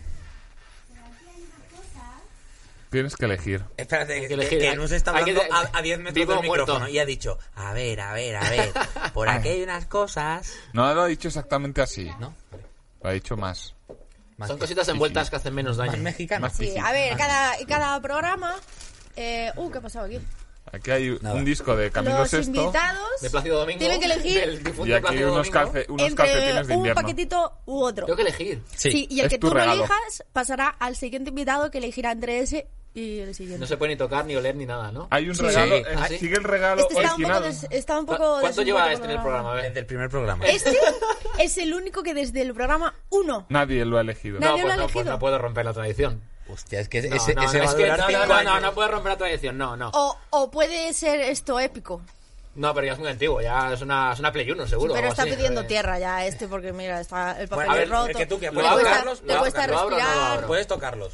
Tienes que elegir. Espérate, que elegir. que nos está Hay que hablando de- a 10 metros vivo del o muerto. micrófono y ha dicho, a ver, por aquí hay unas cosas... No lo ha dicho exactamente así. ¿No? Vale. Lo ha dicho más. Más Son que- cositas envueltas que hacen menos más daño. mexicano. Más Sí, piqui. a ver, cada programa... ¿qué ha pasado aquí? Aquí hay un disco de Camilo Los VI invitados De Plácido Domingo. tienen que elegir Del difunto y aquí Plácido unos Domingo. calcetines de un invierno. paquetito u otro. Tengo que elegir. Sí, y el es que tu tú regalo. no elijas pasará al siguiente invitado que elegirá entre ese y el siguiente. No se puede ni tocar, ni oler, ni nada, ¿no? Hay un Sí. regalo, Sí. Ah, ¿sí? sigue el regalo Este está un poco, original. está un poco ¿Cuánto desenvuelto lleva por este en el programa? A ver. Desde el primer programa. Este es el único que desde el programa 1. Nadie lo ha elegido. Nadie lo ha pues elegido. no puedo romper la tradición. Hostia, es que No, ese no, va a es que durar 5 años. no puedo romper la tradición, no. O puede ser esto épico. No, pero ya es muy antiguo, ya es una Play 1, seguro. Pero o está así. pidiendo tierra ya este porque mira, está el papel Bueno, a ver, roto. es que tú que te puedes cuesta, tocarlos, te cuesta lo abro, no lo respirar. abro. Puedes tocarlos.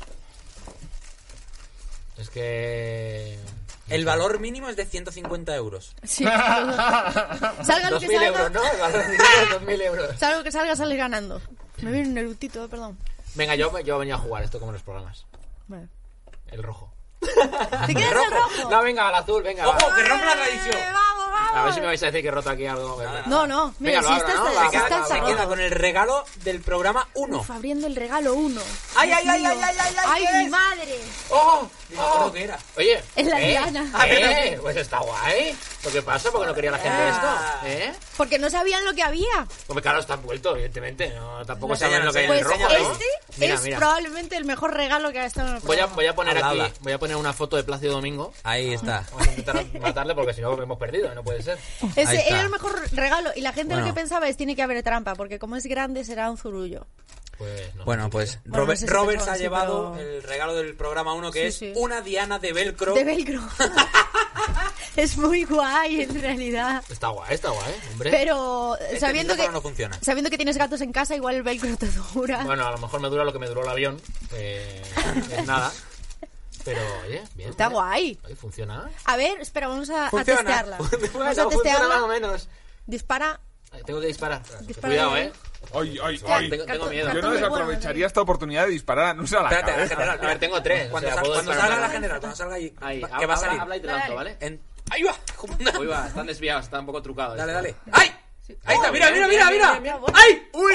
Es que... El valor mínimo es de 150 euros. Sí. Salga lo que 2.000 salga. euros, ¿no? El valor mínimo es 2.000 euros. Salga lo que salga, sales ganando. Me viene un erudito, perdón. Venga, yo venía a jugar esto como en los programas. Vale. El rojo. ¿Te quieres el rojo? No, venga, al azul, venga. ¡Ojo, va. que rompe la tradición! Vamos, vamos. A ver si me vais a decir que he roto aquí algo. No, mira, Venga, lo si abro, está, ¿no? está, Va, si está, va, está Se va, queda roto. con el regalo del programa 1. Uf, abriendo el regalo 1. ¡Ay, ay, ay, Dios ay, mío. ay, ay, ay! ¡Ay, ¿qué mi es? madre! ¡Oh! Ni me acuerdo qué era. Oye. Es la Diana. Pues está guay. ¿Por qué pasa? ¿Por qué no quería la gente esto? Porque no sabían lo que había. Pues claro, está envuelto, evidentemente. No, tampoco No, saben lo que hay en Pues el rojo. enséñalo. ¿no? este Mira, es mira. probablemente el mejor regalo que ha estado en el programa. Voy a poner Habla, aquí, habla. voy a poner una foto de Plácido Domingo. Ahí está. Vamos a intentar matarle porque si no hemos perdido, no puede ser. Ahí Ese está. era el mejor regalo. Y la gente Bueno. lo que pensaba es tiene que haber trampa, porque como es grande será un zurullo. Pues no. Bueno, pues Bueno, no sé si Robert pensaba ha así, llevado pero- el regalo del programa 1 que Sí, es sí. una diana de velcro. De velcro. Es muy guay en realidad. Está guay, hombre. Pero sabiendo micrófono que no funciona. sabiendo que tienes gatos en casa, igual el velcro te dura. Bueno, a lo mejor me dura lo que me duró el avión. Es nada. Pero, oye, bien. Está bien. guay. Ahí funciona. A ver, espera, vamos a Funciona. testearla. Vamos a Funciona más o testearla. menos. Dispara. Tengo que disparar. Dispara Cuidado, bien. Ay, ay, Ya, ay. tengo miedo. Yo no Cartón de desaprovecharía esta oportunidad de disparar a Nusa a la Espérate, a la cabeza. general. A ver, tengo tres. Cuando, o sea, sal- puedo cuando disparar salga la más. general, cuando salga ahí, Ahí, que va a salir. Habla y te lanzo, Dale. ¿vale? Ahí va. Uy, va, están desviados, está un poco trucado. Dale, esto. dale. ¡Ay! Ahí está, mira, bien, mira, bien, mira, bien, mira. bien, ¡Ay! ¡Uy!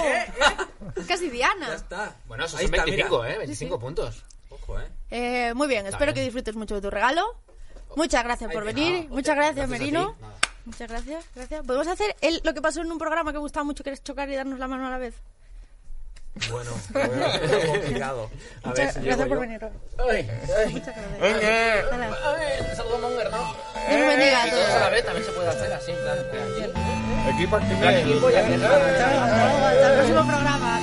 Casi Ya Diana. está. Bueno, esos Ahí son está, 25, mira. 25 puntos. Ojo, Muy bien, espero bien. que disfrutes mucho de tu regalo. Muchas gracias por venir. Muchas gracias, gracias a Merino. ti. Nada. Muchas gracias, gracias. Podemos hacer lo que pasó en un programa que me gustaba mucho, que es chocar y darnos la mano a la vez. Bueno, Complicado. a ver Muchas si gracias llego por yo. venir. Ay. Muchas gracias. Hala. Saludo Monger, ¿no? Dios los bendiga a Y todos a la todos. vez también se puede hacer así, en plan, aquí. Equipo activo. Equipo y aquí está. Hasta luego, hasta el próximo programa.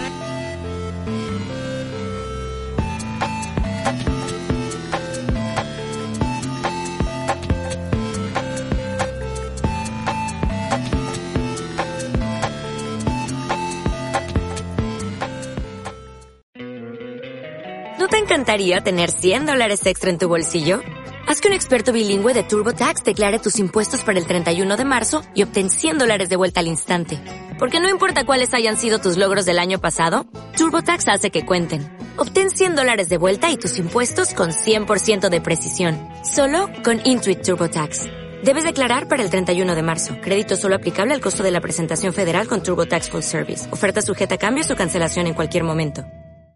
¿No te encantaría tener $100 extra en tu bolsillo? Haz que un experto bilingüe de TurboTax declare tus impuestos para el 31 de marzo y obtén $100 de vuelta al instante. Porque no importa cuáles hayan sido tus logros del año pasado, TurboTax hace que cuenten. Obtén $100 de vuelta y tus impuestos con 100% de precisión. Solo con Intuit TurboTax. Debes declarar para el 31 de marzo. Crédito solo aplicable al costo de la presentación federal con TurboTax Full Service. Oferta sujeta a cambios o cancelación en cualquier momento.